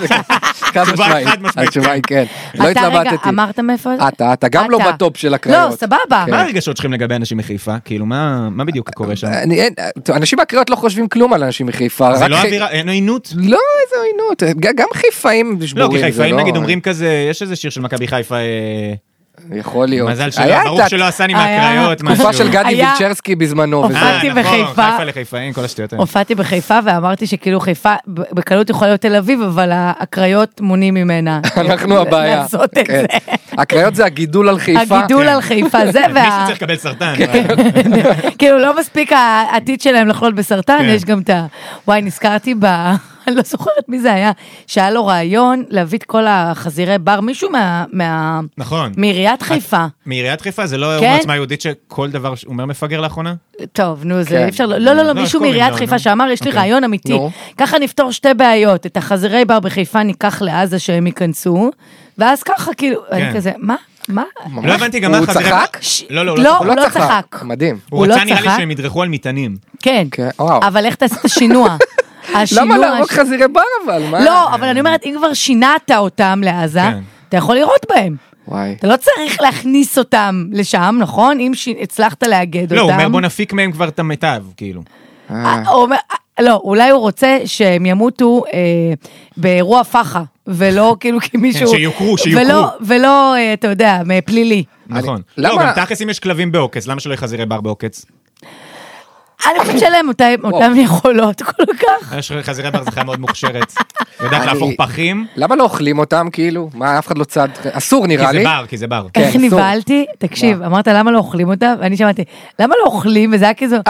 התשובה היא כן. לא התלבטתי. אתה רגע, אמרת מאיפה? אתה, אתה גם לא בטופ של הקריות. לא, סבבה. מה הרגשות שלכם לגבי אנשים מחיפה? כאילו, מה בדיוק קורה שם? אנשים מהקריות לא חושבים כלום על אנשים מחיפה. זה לא אווירה, אין עינות? לא, איזה עינות. גם חיפאים שבורים. לא, כי חיפאים נגיד אומרים כזה, יש איזה שיר של מכבי חיפה, יכול להיות. מזל שלא, ברוך שלא עשה לי מהקריות, משהו. תקופה של גדי וילצ'רסקי בזמנו. הופעתי בחיפה. חיפה לחיפאים, כל השטויות האלה. הופעתי בחיפה ואמרתי שכאילו חיפה, בקלות יכולה להיות תל אביב, אבל הקריות מונים ממנה. אנחנו הבעיה. לעשות את זה. הקריות זה הגידול על חיפה. הגידול על חיפה, זה וה... מישהו צריך לקבל סרטן. כאילו לא מספיק העתיד שלהם לחלות בסרטן, יש גם את ה... וואי, נזכרתי ב... אני לא זוכרת מי זה היה, שהיה לו רעיון להביא את כל החזירי בר, מישהו מה... נכון. מעיריית חיפה. מעיריית חיפה? זה לא אומץ מהיהודית שכל דבר אומר מפגר לאחרונה? טוב, נו, זה אפשר... לא, לא, לא, מישהו מעיריית חיפה שאמר, יש לי רעיון אמיתי. ככה נפתור שתי בעיות, את החזירי בר בחיפה ניקח לעזה שהם ייכנסו, ואז ככה כאילו, אני כזה, מה? מה? לא הבנתי גם מה החזירי בר... לא, לא, הוא לא צחק. מדהים. הוא רצה נראה לי שהם ידרכו על מטענים. כן, אבל איך תעשי את השינוע? למה להרוג חזירי בר אבל? לא, אבל אני אומרת, אם כבר שינעת אותם לעזה, אתה יכול לראות בהם. אתה לא צריך להכניס אותם לשם, נכון? אם הצלחת להגד אותם. לא, הוא אומר בוא נפיק מהם כבר את המיטב, כאילו. לא, אולי הוא רוצה שהם ימותו באירוע פחה, ולא כאילו כמישהו... שיוכרו, שיוכרו. ולא, אתה יודע, פלילי. נכון. לא, גם תכלס אם יש כלבים בעוקץ, למה שלא יחזירי בר בעוקץ? אני חושבת שלהם אותם יכולות כל כך. יש חזירי בר זה חיה מאוד מוכשרת. יודעת להפוך פחים. למה לא אוכלים אותם כאילו? מה, אף אחד לא צד... אסור נראה לי. כי זה בר, כי זה בר. איך ניבלתי? תקשיב, אמרת למה לא אוכלים אותם? ואני שמעתי, למה לא אוכלים? וזה היה כזו...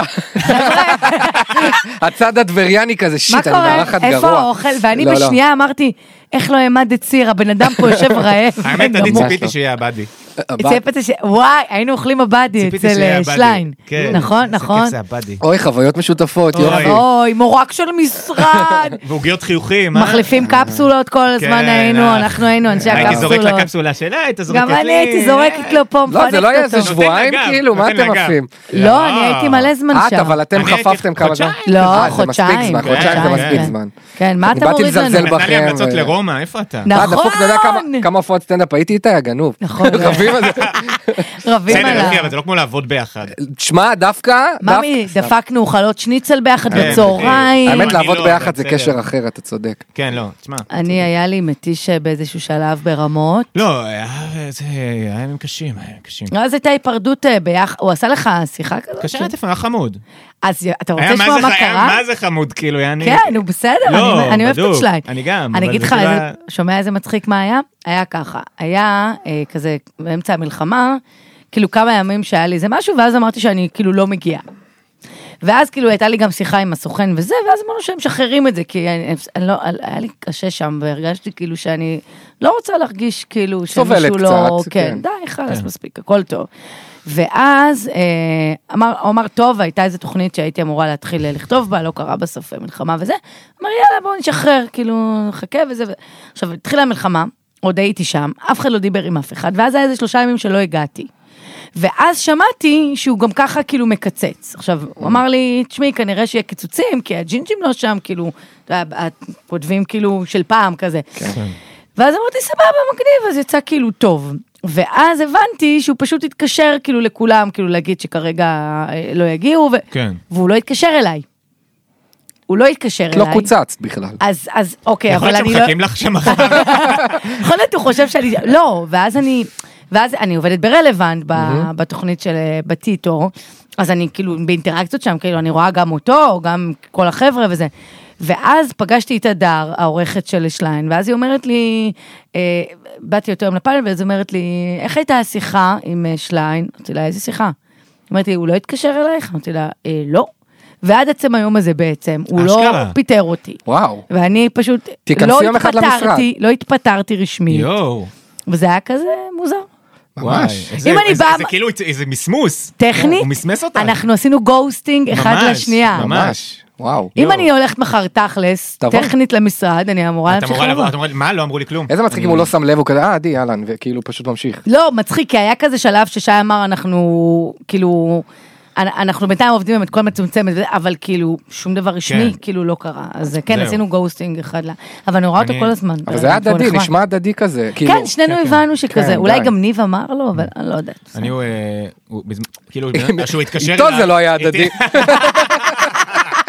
הצד הדבריאני כזה, שיט, אני מערכת גרוע. איפה האוכל? ואני בשנייה אמרתי, איך לא העמד את סיר? הבן אדם פה יושב רעב. האמת, אני ציפיתי שיהיה הבאדי. וואי, היינו אוכלים הבאדי אצל שליין. נכון, נכון. אוי, חוויות משותפות. אוי, מורק של משרד. ועוגיות חיוכים. מחליפים קפסולות כל הזמן היינו, אנחנו היינו אנשי הקפסולות. הייתי זורק לקפסולה שלה, היית זורקת לי. גם אני הייתי זורקת לו פה, מפנקת אותו. לא, זה לא היה איזה שבועיים כאילו, מה אתם עפים? לא, אני הייתי מלא זמן שם. אבל אתם חפפתם כמה זמן? לא, חודשיים. חודשיים זה מספיק זמן. כן, מה אתה מוריד לנו? נתנה לי המלצות לרומא, איפה אתה? נכון. אתה יודע כמה הופעות סטנדאפ הייתי איתה, גנוב. נכון. רבים על זה. רבים עליו. אבל זה לא כמו לעבוד ביחד. תשמע, דווקא... ממי, דפקנו חלות שניצל ביחד בצהריים. האמת, לעבוד ביחד זה קשר אחר, אתה צודק. כן, לא, תשמע. אני, היה לי מתיש באיזשהו שלב ברמות. לא, היה ימים קשים, היה ימים קשים. אז הייתה היפרדות ביחד, הוא עשה לך שיחה כזאת? קשר עטף, היה חמוד. אז אתה רוצה לשמוע מה קרה? מה זה חמוד, כאילו, יעני... כן, הוא בסדר, אני אוהבת את שליין. אני גם. אני אגיד לך, שומע איזה מצחיק מה היה? היה ככה, היה כזה, באמצע המלחמה, כאילו כמה ימים שהיה לי איזה משהו, ואז אמרתי שאני כאילו לא מגיעה. ואז כאילו הייתה לי גם שיחה עם הסוכן וזה, ואז אמרנו שהם משחררים את זה, כי אני, אני לא, היה לי קשה שם, והרגשתי כאילו שאני לא רוצה להרגיש כאילו שמישהו לא... קצת, כן, כן. די, חלס כן. מספיק, הכל טוב. ואז אה, אמר, הוא אמר, טוב, הייתה איזו תוכנית שהייתי אמורה להתחיל לכתוב בה, לא קרה בסוף מלחמה וזה, אמר, יאללה, בואו נשחרר, כאילו, חכה וזה. עכשיו, התחילה המלחמה, עוד הייתי שם, אף אחד לא דיבר עם אף אחד, ואז היה איזה שלושה ימים שלא הגעתי. ואז שמעתי שהוא גם ככה כאילו מקצץ. עכשיו, הוא אמר לי, תשמעי, כנראה שיהיה קיצוצים, כי הג'ינג'ים לא שם, כאילו, כותבים כאילו של פעם כזה. ואז אמרתי, סבבה, מגניב, אז יצא כאילו טוב. ואז הבנתי שהוא פשוט התקשר כאילו לכולם, כאילו להגיד שכרגע לא יגיעו, והוא לא התקשר אליי. הוא לא התקשר אליי. לא קוצצת בכלל. אז, אז, אוקיי, אבל אני לא... יכול להיות שמחכים לך שם אחר. יכול להיות, הוא חושב שאני... לא, ואז אני... ואז אני עובדת ברלוונט בתוכנית של בטיטו, אז אני כאילו באינטראקציות שם, כאילו אני רואה גם אותו, גם כל החבר'ה וזה. ואז פגשתי את הדר, העורכת של שליין, ואז היא אומרת לי, באתי אותו יום לפאנל, ואז היא אומרת לי, איך הייתה השיחה עם שליין? אמרתי לה, איזה שיחה? אמרתי לי, הוא לא התקשר אלייך? אמרתי לה, לא. ועד עצם היום הזה בעצם, הוא לא פיטר אותי. וואו. ואני פשוט לא התפטרתי, לא התפטרתי רשמית. יואו. וזה היה כזה מוזר. ממש. זה כאילו איזה מסמוס. טכנית. הוא מסמס אותה. אנחנו עשינו גוסטינג אחד לשנייה. ממש. וואו. אם אני הולכת מחר תכלס, טכנית למשרד, אני אמורה להמשיך לבוא. מה? לא אמרו לי כלום. איזה מצחיק אם הוא לא שם לב, הוא כזה, אה, עדי, יאללה, וכאילו פשוט ממשיך. לא, מצחיק, כי היה כזה שלב ששי אמר, אנחנו, כאילו, אנחנו בינתיים עובדים את כל מצומצמת, אבל כאילו, שום דבר רשמי, כאילו לא קרה. אז כן, עשינו גוסטינג אחד לה. אבל אני רואה אותו כל הזמן. אבל זה היה הדדי, נשמע הדדי כזה. כן, שנינו הבנו שכזה, אולי גם ניב אמר לו, אבל אני לא יודעת. אני הוא, כאילו, שהוא התקשר... איתו זה לא היה הדדי.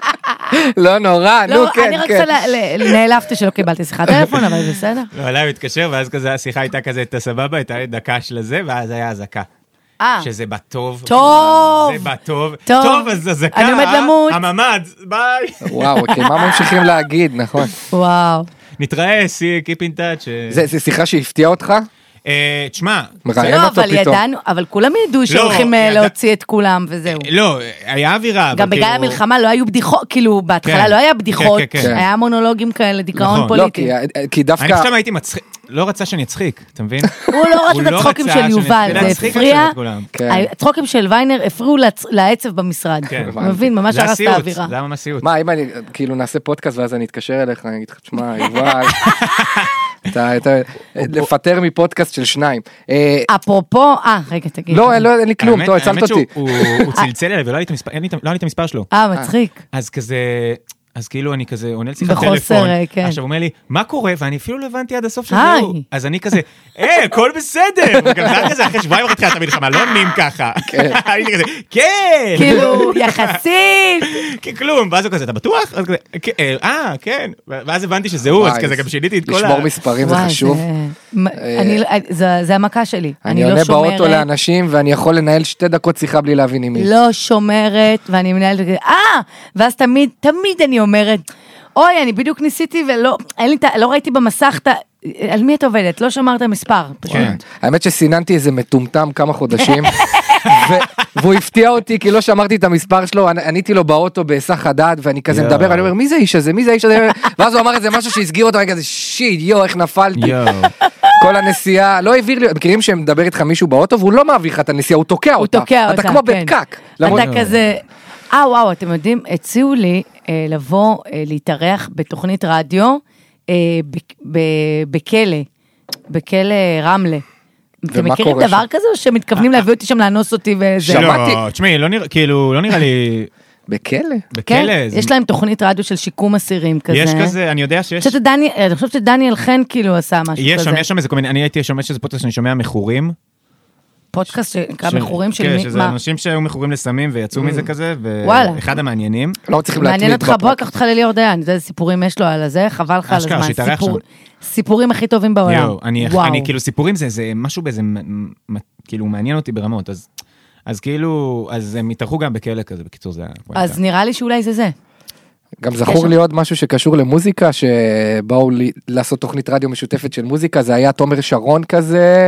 לא נורא, נו, כן, כן. אני רק נעלבתי שלא קיבלתי שיחת טלפון, אבל בסדר. לא, עליי הוא התקשר, ואז כזה, השיחה הייתה כזה, את הסבבה, הייתה דקה של זה, ואז היה הזקה. שזה בטוב. טוב. זה בטוב. טוב, אז הזקה. אני עומד למות. הממד, ביי. וואו, אוקיי, מה ממשיכים להגיד, נכון. וואו. נתראה, see, keep in touch. זה שיחה שהפתיעה אותך? תשמע, מראיין אותו פתאום. אבל ידענו, אבל כולם ידעו שהולכים להוציא את כולם וזהו. לא, היה אווירה. גם בגלל המלחמה לא היו בדיחות, כאילו בהתחלה לא היה בדיחות, היה מונולוגים כאלה, דיכאון פוליטי. כי דווקא... אני חושב הייתי מצחיק, לא רצה שאני אצחיק, אתה מבין? הוא לא רצה את הצחוקים של יובל, זה הפריע, הצחוקים של ויינר הפריעו לעצב במשרד, הוא מבין, ממש הרס את האווירה. זה היה ממש סיוט. מה, אם אני, כאילו נעשה פודקאסט ואז אני אתקשר אליך, אני אגיד לך, תשמע, יובל, אתה לפטר מפודקאסט של שניים. אפרופו, אה, רגע, תגיד. לא, אין לי כלום, טוב, הצלת אותי. הוא צלצל אליי ולא היה לי את המספר שלו. אה, מצחיק. אז כזה... אז כאילו אני כזה עונה לשיחת טלפון, עכשיו הוא אומר לי, מה קורה? ואני אפילו לא הבנתי עד הסוף שזהו. אז אני כזה, אה, הכל בסדר. וגם זה כזה, אחרי שבועיים אחרי תחילת המלחמה, לא עונים ככה. הייתי כזה, כן. כאילו, יחסית. כלום, ואז הוא כזה, אתה בטוח? אה, כן. ואז הבנתי שזהו, אז כזה גם שיניתי את כל ה... לשמור מספרים זה חשוב. זה המכה שלי. אני עונה באוטו לאנשים, ואני יכול לנהל שתי דקות שיחה בלי להבין עם מי. לא שומרת, ואני מנהלת, אה, ואז תמיד, תמיד אני אומרת, אוי, אני בדיוק ניסיתי ולא, לא ראיתי במסך, על מי את עובדת? לא שמרת מספר. האמת שסיננתי איזה מטומטם כמה חודשים, והוא הפתיע אותי כי לא שמרתי את המספר שלו, עניתי לו באוטו בהיסח הדעת, ואני כזה מדבר, אני אומר, מי זה איש הזה? מי זה איש הזה? ואז הוא אמר איזה משהו שהסגיר אותו, כזה, שיט, יו, איך נפלתי. כל הנסיעה, לא העביר לי, מכירים שהם מדבר איתך מישהו באוטו, והוא לא מעביר לך את הנסיעה, הוא תוקע אותה. אתה כמו בפקק. אתה כזה, אה, וואו, אתם יודעים, הציעו לי לבוא להתארח בתוכנית רדיו, בכלא, בכלא רמלה. אתם מכירים דבר כזה, או שמתכוונים להביא אותי שם לאנוס אותי וזה? שמעתי. תשמעי, כאילו, לא נראה לי... בכלא? בכלא. יש להם תוכנית רדיו של שיקום אסירים כזה. יש כזה, אני יודע שיש... אני חושבת שדניאל חן כאילו עשה משהו כזה. יש שם, יש שם איזה כל מיני, אני הייתי שומע שזה פודקאסט שאני שומע מכורים. פודקאסט שנקרא מכורים של מי? כן, שזה אנשים שהיו מכורים לסמים ויצאו מזה כזה, ואחד המעניינים. לא צריכים להתמיד. מעניין אותך, בוא לקח אותך לליאור דיין, זה סיפורים יש לו על הזה, חבל לך על הזמן. סיפורים הכי טובים בעולם. אני כאילו סיפורים זה משהו באיזה, כאילו מעניין אותי ברמות, אז כאילו, אז הם התארחו גם בכלא כזה, בקיצור זה... אז נראה לי שאולי זה זה. גם זכור לי עוד משהו שקשור למוזיקה, שבאו לעשות תוכנית רדיו משותפת של מוזיקה, זה היה תומר שרון כזה,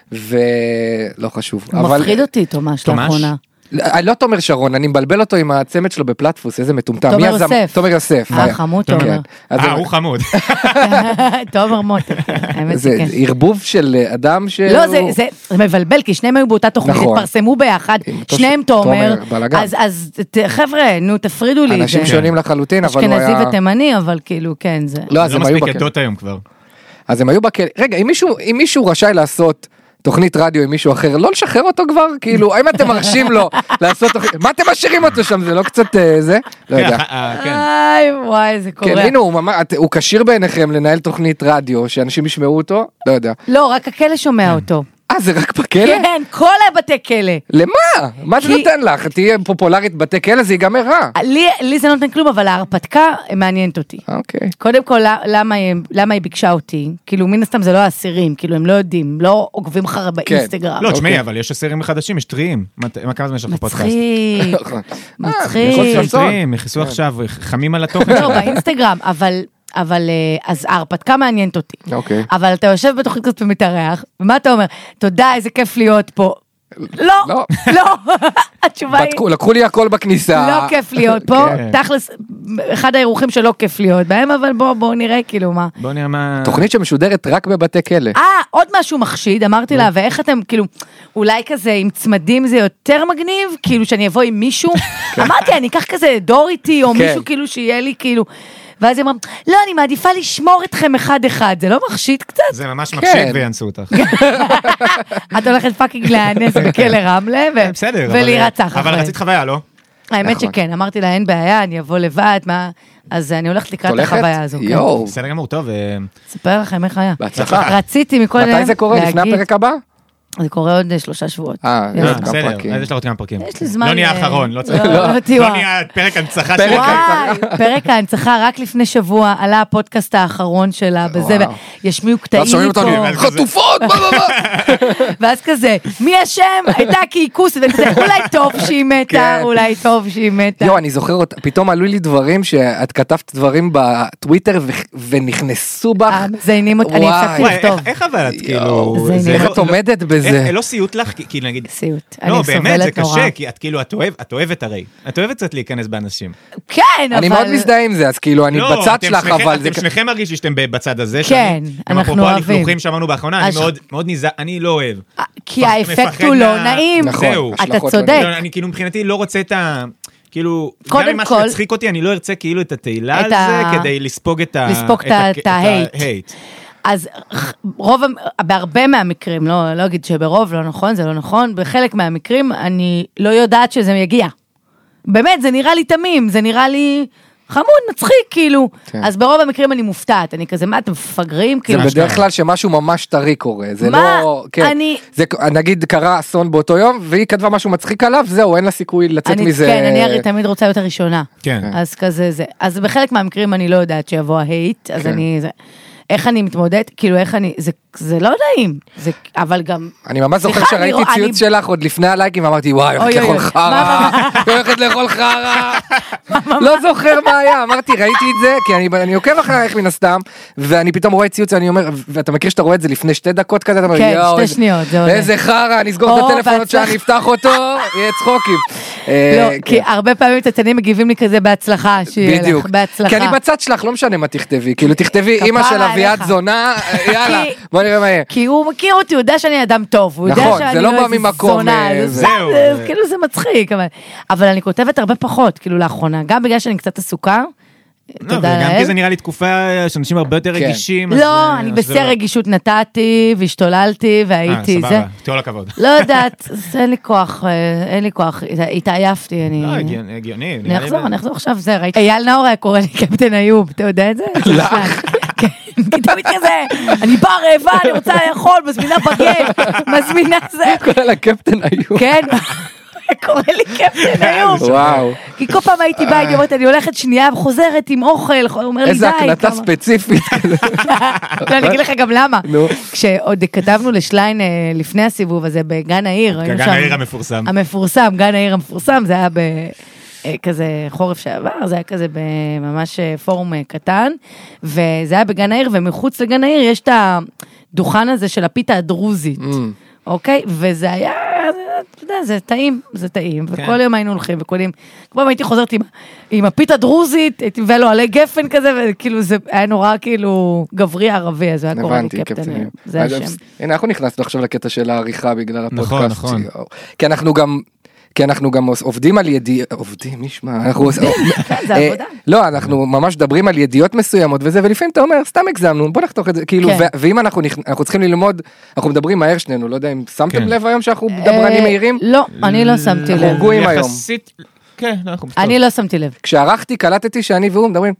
ולא חשוב. הוא מפחיד אותי, תומש, לאחרונה. לא תומר שרון, אני מבלבל אותו עם הצמד שלו בפלטפוס, איזה מטומטם. תומר יוסף. תומר יוסף. אה, חמוד תומר. אה, הוא חמוד. תומר מוטר, האמת זה ערבוב של אדם ש... לא, זה מבלבל, כי שניהם היו באותה תוכנית, התפרסמו ביחד, שניהם תומר, אז חבר'ה, נו, תפרידו לי. אנשים שונים לחלוטין, אבל הוא היה... אשכנזי ותימני, אבל כאילו, כן, זה... לא מספיק עדות היום כבר. אז הם היו בכלא. רגע, אם מישהו רשאי לעשות... תוכנית רדיו עם מישהו אחר, לא לשחרר אותו כבר, כאילו, האם אתם מרשים לו לעשות תוכנית, מה אתם משאירים אותו שם, זה לא קצת זה? לא יודע. איי, וואי, זה קורה. כן, הנה, הוא קשיר בעיניכם לנהל תוכנית רדיו, שאנשים ישמעו אותו, לא יודע. לא, רק הכלא שומע אותו. אה, זה רק בכלא? כן, כל הבתי כלא. למה? מה זה נותן לך? תהיה פופולרית בתי כלא, זה ייגמר רע. לי זה לא נותן כלום, אבל ההרפתקה מעניינת אותי. אוקיי. קודם כל, למה היא ביקשה אותי? כאילו, מן הסתם זה לא האסירים, כאילו, הם לא יודעים, לא עוקבים אחר באינסטגרם. לא, תשמעי, אבל יש אסירים חדשים, יש טריים. מה כמה זמן יש לך פודקאסט? מצחיק. מצחיק. טריים, יחסו עכשיו, חמים על התוכן. לא, באינסטגרם, אבל... אבל אז ההרפתקה מעניינת אותי. אוקיי. אבל אתה יושב בתוכנית כזאת ומתארח, ומה אתה אומר? תודה, איזה כיף להיות פה. לא, לא. התשובה היא... לקחו לי הכל בכניסה. לא כיף להיות פה. תכלס, אחד האירוחים שלא כיף להיות בהם, אבל בואו נראה כאילו מה. בואו נראה מה... תוכנית שמשודרת רק בבתי כלא. אה, עוד משהו מחשיד, אמרתי לה, ואיך אתם כאילו, אולי כזה עם צמדים זה יותר מגניב, כאילו שאני אבוא עם מישהו. אמרתי, אני אקח כזה דור איתי, או מישהו כאילו שיהיה לי כאילו... ואז היא אמרה, לא, אני מעדיפה לשמור אתכם אחד-אחד, זה לא מחשיד קצת? זה ממש מחשיד ויאנסו אותך. את הולכת פאקינג להיאנס בכלא רמלה, ולהירצח. אבל רצית חוויה, לא? האמת שכן, אמרתי לה, אין בעיה, אני אבוא לבד, אז אני הולכת לקראת החוויה הזו. יואו. בסדר גמור, טוב. ספר לכם איך היה. בהצלחה. רציתי מכל... מתי זה קורה? לפני הפרק הבא? זה קורה עוד שלושה שבועות. אה, בסדר, אז יש לך עוד כמה פרקים. יש לי זמן. לא נהיה האחרון, לא צריך. לא נהיה פרק הנצחה שלך. פרק ההנצחה, רק לפני שבוע עלה הפודקאסט האחרון שלה, בזה, ישמיעו קטעים איתו. חטופות, מה, מה, מה. ואז כזה, מי השם? הייתה קעקוס, אולי טוב שהיא מתה, אולי טוב שהיא מתה. יו, אני זוכר אותה, פתאום עלו לי דברים שאת כתבת דברים בטוויטר ונכנסו בך. זיינים אותי, אני הפסקתי לכתוב. איך אבל את כאילו... איך את עומדת בזה? לא סיוט לך, כאילו נגיד... סיוט, אני סובלת נורא. לא, באמת, זה קשה, כי את כאילו, את אוהבת הרי. את אוהבת קצת להיכנס באנשים. כן, אבל... אני מאוד מזדהה עם זה, אז כאילו, אני בצד שלך, אבל... אתם שניכם מרגיש שאתם בצד הזה. כן, אנחנו אוהבים. אפרופו הלכלוכים שאמרנו באחרונה, אני מאוד נזהר, אני לא אוהב. כי האפקט הוא לא נעים. נכון. אתה צודק. אני כאילו מבחינתי לא רוצה את ה... כאילו, גם אם מה שצחיק אותי, אני לא ארצה כאילו את התהילה על זה, כדי לספוג את ההייט. אז רוב, בהרבה מהמקרים, לא, לא אגיד שברוב, לא נכון, זה לא נכון, בחלק מהמקרים אני לא יודעת שזה יגיע. באמת, זה נראה לי תמים, זה נראה לי חמוד, מצחיק, כאילו. כן. אז ברוב המקרים אני מופתעת, אני כזה, מה, אתם מפגרים? זה כאילו, בדרך כלל שמשהו ממש טרי קורה, זה מה? לא... כן. אני... זה, נגיד, קרה אסון באותו יום, והיא כתבה משהו מצחיק עליו, זהו, אין לה סיכוי לצאת אני, מזה. כן, אני הרי תמיד רוצה להיות הראשונה. כן. אז כזה זה. אז בחלק מהמקרים אני לא יודעת שיבוא ההייט, אז כן. אני... זה... איך אני מתמודדת, כאילו איך אני, זה, זה לא נעים, זה, אבל גם... אני ממש זוכר שראיתי ציוץ שלך עוד לפני הלייקים, ואמרתי, וואי, הולכת לאכול חרה, הולכת לאכול חרה, לא זוכר מה היה, אמרתי, ראיתי את זה, כי אני עוקב אחריך מן הסתם, ואני פתאום רואה ציוץ, ואני אומר, ואתה מכיר שאתה רואה את זה לפני שתי דקות כזה, אתה אומר, כן, שתי שניות, זה עולה. איזה חרה, אני אסגור את הטלפון עוד שאני אפתח אותו, יהיה צחוקים. לא, כי הרבה פעמים תתנים מגיבים לי כזה בהצלחה, שיהיה לך, בהצלחה. כי אני בצד שלך, לא משנה מה תכתבי, כאילו תכתבי אמא של אביעד זונה, יאללה, בוא נראה מה יהיה. כי הוא מכיר אותי, הוא יודע שאני אדם טוב, הוא יודע שאני לא איזה זונה, זהו. כאילו זה מצחיק, אבל אני כותבת הרבה פחות, כאילו לאחרונה, גם בגלל שאני קצת עסוקה, לא, וגם כי זה נראה לי תקופה שאנשים הרבה יותר רגישים. לא, אני בשיא הרגישות נתתי, והשתוללתי, והייתי זה. סבבה, תהיה לכבוד. לא יודעת, אין לי כוח, אין לי כוח, התעייפתי, אני... לא, הגיוני. אני אחזור, אני אחזור עכשיו, זה, ראיתי. אייל נאור היה קורא לי קפטן איוב, אתה יודע את זה? לך. כי תמיד כזה, אני באה רעבה, אני רוצה לאכול, מזמינה בגט, מזמינה זה. קורא לה קפטן איוב. כן. קורא לי קפטן היום. וואו. כי כל פעם הייתי באה, היא אומרת, אני הולכת שנייה וחוזרת עם אוכל, הוא אומר לי די. איזה הקלטה ספציפית. לא, אני אגיד לך גם למה. כשעוד כתבנו לשליין לפני הסיבוב הזה, בגן העיר. גן העיר המפורסם. המפורסם, גן העיר המפורסם, זה היה בכזה חורף שעבר, זה היה כזה בממש פורום קטן, וזה היה בגן העיר, ומחוץ לגן העיר יש את הדוכן הזה של הפיתה הדרוזית. אוקיי? וזה היה, אתה יודע, זה טעים, זה טעים, וכל יום היינו הולכים, וכל יום, כמו הייתי חוזרת עם הפיתה דרוזית, הייתי מביא לו עלי גפן כזה, וכאילו זה היה נורא כאילו גברי ערבי, אז היה קורא לי קפטן, זה השם. הנה, אנחנו נכנסנו עכשיו לקטע של העריכה בגלל הפודקאסט. נכון, נכון. כי אנחנו גם... כי אנחנו גם עובדים על ידיעות, עובדים, משמע, אנחנו... זה עבודה. לא, אנחנו ממש מדברים על ידיעות מסוימות וזה, ולפעמים אתה אומר, סתם הגזמנו, בוא נחתוך את זה, כאילו, ואם אנחנו צריכים ללמוד, אנחנו מדברים מהר שנינו, לא יודע אם שמתם לב היום שאנחנו דברנים מהירים? לא, אני לא שמתי לב. אנחנו רגועים היום. כן, אני לא שמתי לב. כשערכתי, קלטתי שאני והוא מדברים,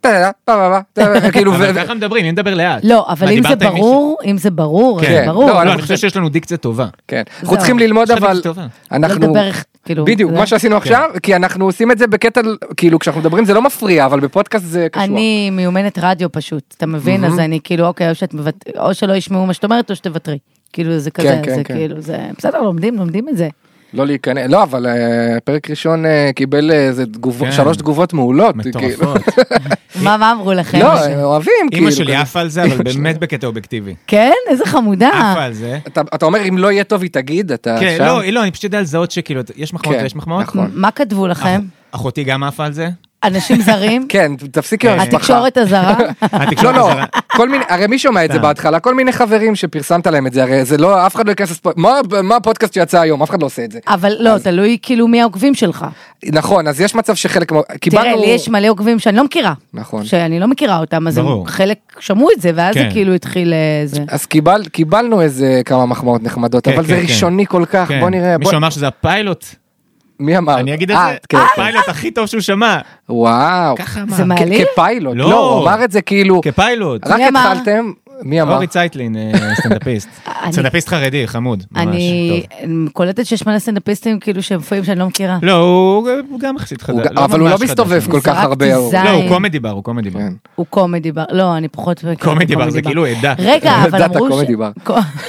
כאילו, אבל ככה מדברים, אם נדבר לאט. לא, אבל אם זה ברור, אם זה ברור, זה ברור. לא, אני חושב שיש לנו דיקציה טובה. כן, אנחנו צריכים ללמוד, אבל אנחנו... בדיוק, מה שעשינו עכשיו, כי אנחנו עושים את זה בקטע, כאילו, כשאנחנו מדברים זה לא מפריע, אבל בפודקאסט זה קשור. אני מיומנת רדיו פשוט, אתה מבין? אז אני כאילו, אוקיי, או שלא ישמעו מה שאת אומרת, או שתוותרי. כאילו, זה כזה, זה כאילו, זה... בסדר, לומדים, לומדים את זה. לא להיכנס, לא, אבל פרק ראשון קיבל איזה שלוש תגובות מעולות. מטורפות. מה, מה אמרו לכם? לא, אוהבים, כאילו. אמא שלי עפה על זה, אבל באמת בקטע אובייקטיבי. כן? איזה חמודה. עפה על זה. אתה אומר, אם לא יהיה טוב, היא תגיד, אתה שם? כן, לא, אני פשוט יודע על זהות שכאילו, יש מחמאות ויש מחמאות. מה כתבו לכם? אחותי גם עפה על זה. אנשים זרים? כן, תפסיקי עם המשפחה. התקשורת הזרה? לא, לא, כל מיני, הרי מי שומע את זה בהתחלה, כל מיני חברים שפרסמת להם את זה, הרי זה לא, אף אחד לא ייכנס לספורט, מה הפודקאסט שיצא היום, אף אחד לא עושה את זה. אבל לא, תלוי כאילו מי העוקבים שלך. נכון, אז יש מצב שחלק, תראה, לי יש מלא עוקבים שאני לא מכירה. נכון. שאני לא מכירה אותם, אז חלק שמעו את זה, ואז זה כאילו התחיל זה. אז קיבלנו איזה כמה מחמאות נחמדות, אבל זה ראשוני כל כך, בוא נראה. מישהו אמר שזה הפיילוט. מי אמר? אני אגיד את זה, הפיילוט הכי טוב שהוא שמע. וואו. זה מעליב? כפיילוט, לא, הוא אמר את זה כאילו. כפיילוט. רק התחלתם, מי אמר? אורי צייטלין, סטנדאפיסט. סטנדאפיסט חרדי, חמוד. אני קולטת שיש מלא סטנדאפיסטים כאילו שהם מופיעים שאני לא מכירה. לא, הוא גם יחסית חדש. אבל הוא לא מסתובב כל כך הרבה. לא, הוא קומדי בר, הוא קומדי בר. הוא קומדי בר, לא, אני פחות... קומדי בר זה כאילו עדה. רגע, אבל אמרו ש...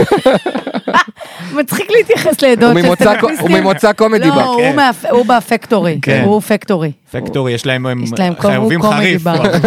מצחיק להתייחס לעדות של סטנדאפיסטים. הוא ממוצא קומדי בר. לא, הוא בפקטורי. הוא פקטורי. פקטורי, יש להם חייבים חריף.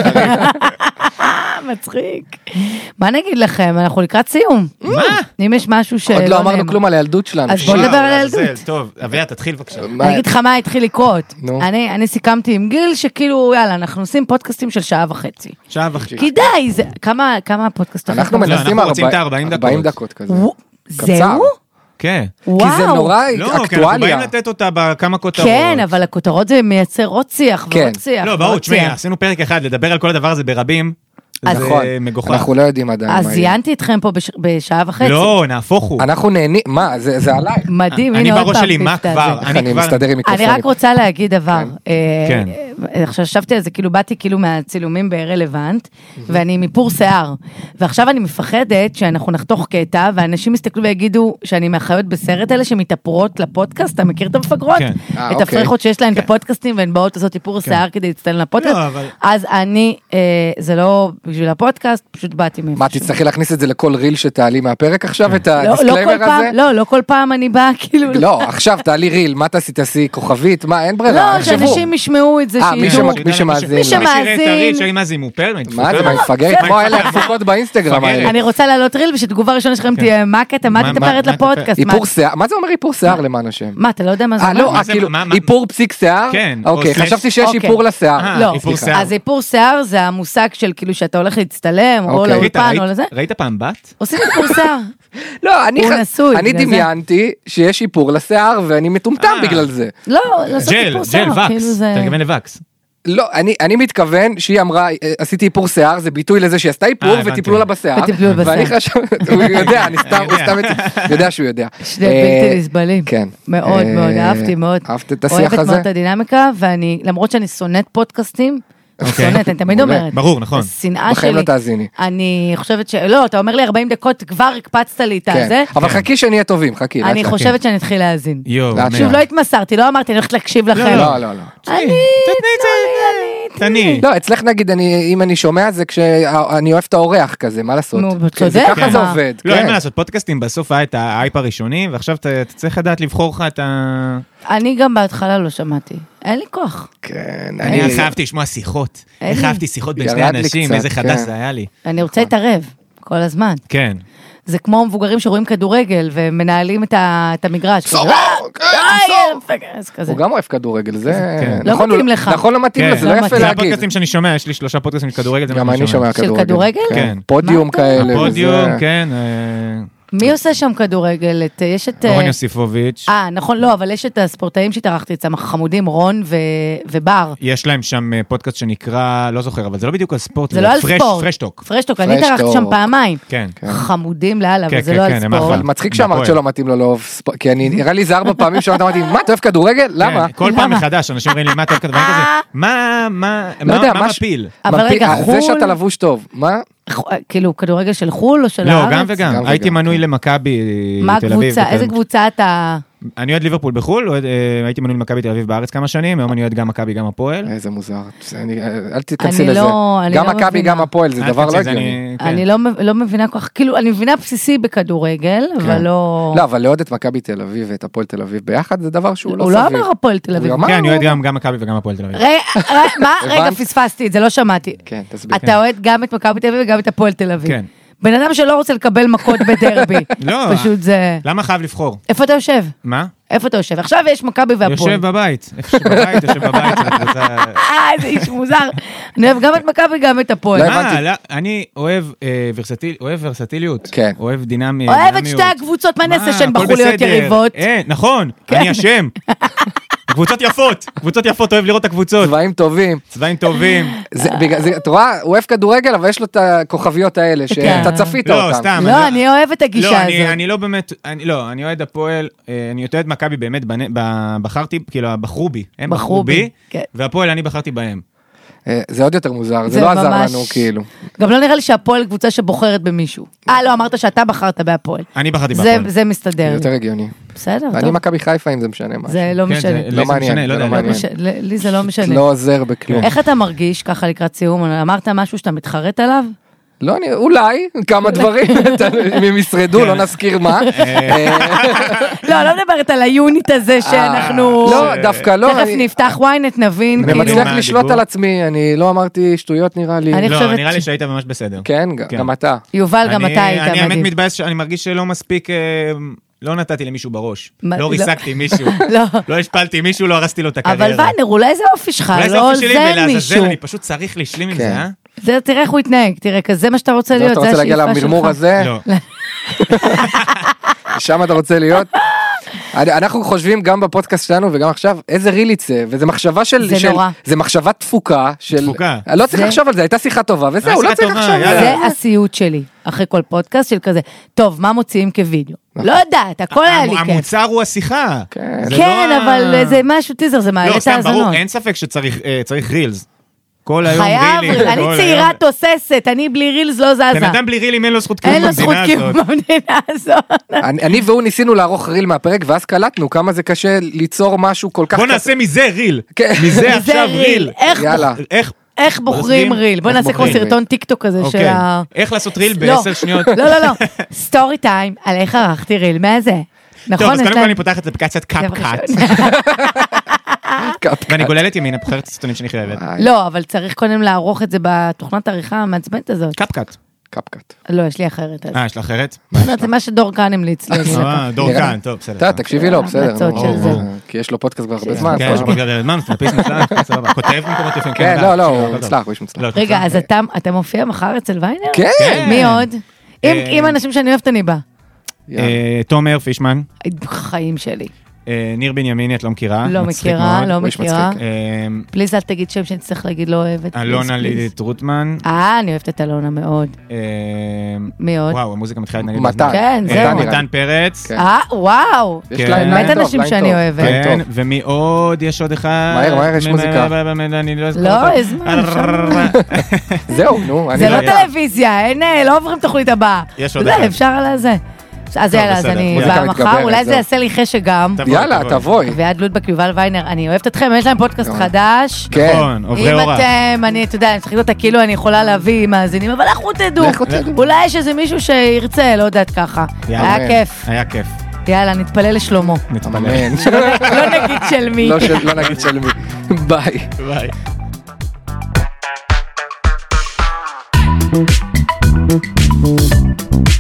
מצחיק. מה נגיד לכם? אנחנו לקראת סיום. מה? אם יש משהו ש... עוד לא אמרנו כלום על הילדות שלנו. אז בוא נדבר על הילדות. טוב, אביה, תתחיל בבקשה. אני אגיד לך מה התחיל לקרות. אני סיכמתי עם גיל שכאילו, יאללה, אנחנו עושים פודקאסטים של שעה וחצי. שעה וחצי. כדאי, כמה פודקאסטים? אנחנו מנסים ארבעים דקות כזה. זהו? כן. וואו. כי זה נורא אקטואליה. לא, כי אנחנו באים לתת אותה בכמה כותרות. כן, אבל הכותרות זה מייצר עוד שיח ועוד שיח. לא, ברור, תשמעי, עשינו פרק אחד, לדבר על כל הדבר הזה ברבים. נכון, אנחנו לא יודעים עדיין. אז זיינתי אתכם פה בשעה וחצי. לא, נהפוך הוא. אנחנו נהנים, מה, זה עליי. מדהים, הנה עוד פעם. אני בראש שלי, מה כבר? אני מסתדר עם מיקרופונים. אני רק רוצה להגיד דבר. עכשיו חשבתי על זה, כאילו באתי כאילו מהצילומים ברלוונט, ואני מפור שיער. ועכשיו אני מפחדת שאנחנו נחתוך קטע, ואנשים יסתכלו ויגידו שאני מהחיות בסרט האלה שמתאפרות לפודקאסט, אתה מכיר את המפגרות? את הפרחות שיש להן את הפודקאסטים, והן באות לעשות איפור שיער כדי להצטלם לפודקאסט. אז אני, זה לא בשביל הפודקאסט, פשוט באתי מפשוט. מה, תצטרכי להכניס את זה לכל ריל שתעלי מהפרק עכשיו, את הדיסקליימר הזה? לא, לא כל פעם אני באה כאילו... לא, עכשיו תעלי ריל, מה תעשי, תעשי כוכבית, מה, אין ברירה, לא, שאנשים ישמעו את זה, שידעו. מי שמאזין. מי שמאזין. מה זה, מופל? מה זה, מפגרת? כמו אלה הפוקות באינסטגרם האלה. אני רוצה לעלות ריל, ושתגובה ראשונה שלכם תהיה, מה קטע, מה תתפרת לפודקאסט? איפור שיער, מה זה אומר איפור שיער למען השם? מה, אתה לא יודע מה זה אומר? לא, כאילו, איפור פסיק שיער? כן. אוקיי, חשבתי שיש איפור לשיער. לא, אז איפור שיער זה המושג של כאילו שאתה הולך להצטלם, או לאולפן או לזה. ראית פעם בת? עושים איפור שיער. לא, אני דמיינתי שיש איפור לשיער, ואני מטומטם בגלל זה. לא, לעשות איפור שיער. ג'ל, וקס, תרגמן לווקס. לא, אני, אני מתכוון שהיא אמרה, עשיתי איפור שיער, זה ביטוי לזה שהיא עשתה איפור, וטיפלו לה בשיער. ואני חשב, הוא יודע, אני סתם, הוא סתם יודע שהוא יודע. שני בלתי נסבלים. כן. מאוד מאוד, אהבתי מאוד. אהבת את השיח הזה? אוהבת מאוד את הדינמיקה, ואני, למרות שאני שונאת פודקאסטים, שונאת, אני תמיד אומרת. ברור, נכון. השנאה בחיים שלי. לא תאזיני. אני חושבת ש... לא, אתה אומר לי ארבעים דקות, כבר הקפצת לי את זה. אבל חכי שאני אהיה טובים, חכי. אני חושבת שאני אתחיל להאזין. יואו. שוב, לא התמסרתי, לא אמרתי, אני הולכת להקשיב לכם. לא, לא, לא. אני... תתני את זה. תני. לא, אצלך נגיד, אם אני שומע זה כשאני אוהב את האורח כזה, מה לעשות? זה ככה זה עובד. לא, אין מה לעשות, פודקאסטים בסוף היה את האייפ הראשוני, ועכשיו אתה צריך לדעת לבחור לך את ה... אני גם בהתחלה לא שמעתי. אין לי כוח. כן. אני חייבתי לשמוע שיחות. איך חייבתי שיחות בין שני אנשים, איזה חדש זה היה לי. אני רוצה להתערב, כל הזמן. כן. זה כמו מבוגרים שרואים כדורגל, ומנהלים את המגרש. סורוק! הוא גם אוהב כדורגל, זה... לא מתאים לך. נכון, לא מתאים לזה, לא יפה להגיד. זה הפודקאסטים שאני שומע, יש לי שלושה פודקאסטים של כדורגל. גם אני שומע כדורגל. של כדורגל? כן. פודיום כאלה. פודיום, כן. מי עושה שם כדורגל? יש את... רון יוסיפוביץ'. אה, נכון, לא, אבל יש את הספורטאים שהתארחתי אצלם, החמודים, רון ובר. יש להם שם פודקאסט שנקרא, לא זוכר, אבל זה לא בדיוק על ספורט, זה לא על ספורט. פרשטוק. פרשטוק, אני התארחתי שם פעמיים. כן. חמודים לאללה, אבל זה לא על ספורט. מצחיק שאמרת שלא מתאים לו לאהוב ספורט, כי אני, נראה לי זה ארבע פעמים שאמרת, אמרתי, מה, אתה אוהב כדורגל? למה? כל פעם מחדש, אנשים אומרים לי, מה אתה אוהב כדורגל כזה? מה, מה, מה מפיל? אבל רגע, חול... זה שאתה לבוש טוב, מה? כאילו, כדורגל של חול או של הארץ? לא, גם וגם. הייתי מנוי למכבי תל אביב. איזה קבוצה אתה... אני אוהד ליברפול בחול, הייתי מנוי למכבי תל אביב בארץ כמה שנים, היום אני אוהד גם מכבי, גם הפועל. איזה מוזר. אל תתכנסי לזה. גם מכבי, גם הפועל, זה דבר לא הגיוני. אני לא מבינה כל כך, כאילו, אני מבינה בסיסי בכדורגל, אבל לא... לא, אבל לעוד את מכבי תל אביב ואת הפועל תל אביב ביחד, זה דבר שהוא לא סביר. הוא לא אמר הפועל תל אביב. כן, אני אוהד גם מכבי וגם הפועל תל אביב. מה? רגע, פספסתי את זה, לא שמעתי. כן, תסביר. אתה אוהד גם את מכבי תל אביב וגם את הפועל תל אביב. כן. בן אדם שלא רוצה לקבל מכות בדרבי. לא. פשוט זה... למה חייב לבחור? איפה אתה יושב? מה? איפה אתה יושב? עכשיו יש מכבי והפועל. יושב בבית. איפה שבבית, יושב בבית. אה, איזה איש מוזר. אני אוהב גם את מכבי, גם את הפועל. מה? אני אוהב ורסטיליות. כן. אוהב דינמיות. אוהב את שתי הקבוצות, מה נעשה שהן בחרו להיות יריבות? נכון, אני אשם. קבוצות יפות, קבוצות יפות, אוהב לראות את הקבוצות. צבעים טובים. צבעים טובים. אתה רואה, הוא אוהב כדורגל, אבל יש לו את הכוכביות האלה, שאתה צפית אותם. לא, סתם. לא, אני אוהב את הגישה הזאת. לא, אני לא באמת, לא, אני אוהד הפועל, אני אוהד מכבי באמת, בחרתי, כאילו, בחרו בי. הם בחרו בי, והפועל אני בחרתי בהם. זה עוד יותר מוזר, זה לא עזר לנו כאילו. גם לא נראה לי שהפועל קבוצה שבוחרת במישהו. אה, לא, אמרת שאתה בחרת בהפועל. אני בחרתי בהפועל. זה מסתדר. יותר הגיוני. בסדר, אני מכבי חיפה אם זה משנה משהו. זה לא משנה. לא מעניין, לא מעניין. לי זה לא משנה. לא עוזר בכלום. איך אתה מרגיש ככה לקראת סיום? אמרת משהו שאתה מתחרט עליו? לא, אולי, כמה דברים, אם הם ישרדו, לא נזכיר מה. לא, לא מדברת על היוניט הזה שאנחנו... לא, דווקא לא. תכף נפתח וויינט, נבין. אני מצליח לשלוט על עצמי, אני לא אמרתי שטויות נראה לי. לא, נראה לי שהיית ממש בסדר. כן, גם אתה. יובל, גם אתה היית מדהים. אני האמת מתבאס, אני מרגיש שלא מספיק... לא נתתי למישהו בראש, לא ריסקתי מישהו, לא השפלתי מישהו, לא הרסתי לו את הקריירה. אבל ויינר, אולי זה אופי שלך, לא זה מישהו. אני פשוט צריך להשלים עם זה, אה? זה, תראה איך הוא יתנהג, תראה, כזה מה שאתה רוצה להיות, זה השאיפה שלך. אתה רוצה להגיע למרמור הזה? לא. שם אתה רוצה להיות? אנחנו חושבים גם בפודקאסט שלנו וגם עכשיו, איזה ריל יצא, וזה מחשבה של... זה נורא. זה מחשבה תפוקה של... תפוקה. לא צריך לחשוב על זה, הייתה שיחה טובה, וזהו, לא צריך לחשוב על זה. זה הסיוט שלי, אחרי כל פודקאסט של כזה, טוב, מה מוציאים כווידאו? לא יודעת, הכל היה לי כיף. המוצר הוא השיחה. כן, אבל זה משהו טיזר, זה מעלה את האזנות. ברור, אין ספק שצריך רילס. כל היום רילים. חייב, אני צעירה תוססת, אני בלי רילס לא זזה. בן אדם בלי רילים אין לו זכות קיום במדינה הזאת. אין לו זכות קיום במדינה הזאת. אני והוא ניסינו לערוך ריל מהפרק, ואז קלטנו כמה זה קשה ליצור משהו כל כך... בוא נעשה מזה ריל. מזה עכשיו ריל. איך... איך בוחרים ריל? בוא נעשה כמו סרטון טיקטוק כזה של ה... איך לעשות ריל בעשר שניות? לא, לא, לא. סטורי טיים, על איך ערכתי ריל, מה זה? טוב, אז קודם כל אני פותחת את אפליקציית קאפ-קאט. ואני גוללת ימינה, בוחרת את הסרטונים שאני חייבת. לא, אבל צריך קודם לערוך את זה בתוכנת עריכה המעצבנת הזאת. קאפ-קאט. קאפ-קאט. לא, יש לי אחרת. אה, יש לך אחרת? זה מה שדור כאן המליץ לי. אה, דור כאן, טוב, בסדר. תקשיבי לו, בסדר. כי יש לו פודקאסט כבר הרבה זמן. כן, יש לו פודקאסט הרבה זמן, סטנדאפיסט מצלח, סבבה. כותב במקומות יפים. כן, לא, לא, הוא מצלח, הוא איש מצלח. רגע, אז אתה מופיע מחר אצל ויינר? כן. מי עוד? אם אנשים שאני אוהבת אני באה. תומר פישמן. חיים שלי. ניר בנימיני, את לא מכירה? לא מכירה, לא מכירה. פליז אל תגיד שם שאני צריך להגיד לא אוהבת. אלונה לידית רוטמן. אה, אני אוהבת את אלונה מאוד. מי עוד? וואו, המוזיקה מתחילה להתנגד. מתן. כן, זהו. מתן פרץ. אה, וואו. באמת אנשים שאני אוהבת. כן, ומי עוד? יש עוד אחד. מהר, מהר, יש מוזיקה. לא, הזמן. זהו, נו. זה לא טלוויזיה, אין, לא עוברים תוכנית הבאה. יש עוד אחד. אפשר על זה. אז יאללה, אז אני באה מחר, אולי זה יעשה לי חשק גם. יאללה, תבואי. ועד לודבק יובל ויינר, אני אוהבת אתכם, יש להם פודקאסט חדש. נכון, עוברי אורח. אם אתם, אני, אתה יודע, אני צריכה אותה כאילו אני יכולה להביא מאזינים, אבל לכו תדעו. אולי יש איזה מישהו שירצה, לא יודעת ככה. היה כיף. היה כיף. יאללה, נתפלל לשלמה. נתפלל. לא נגיד של מי. לא נגיד של מי. ביי. ביי.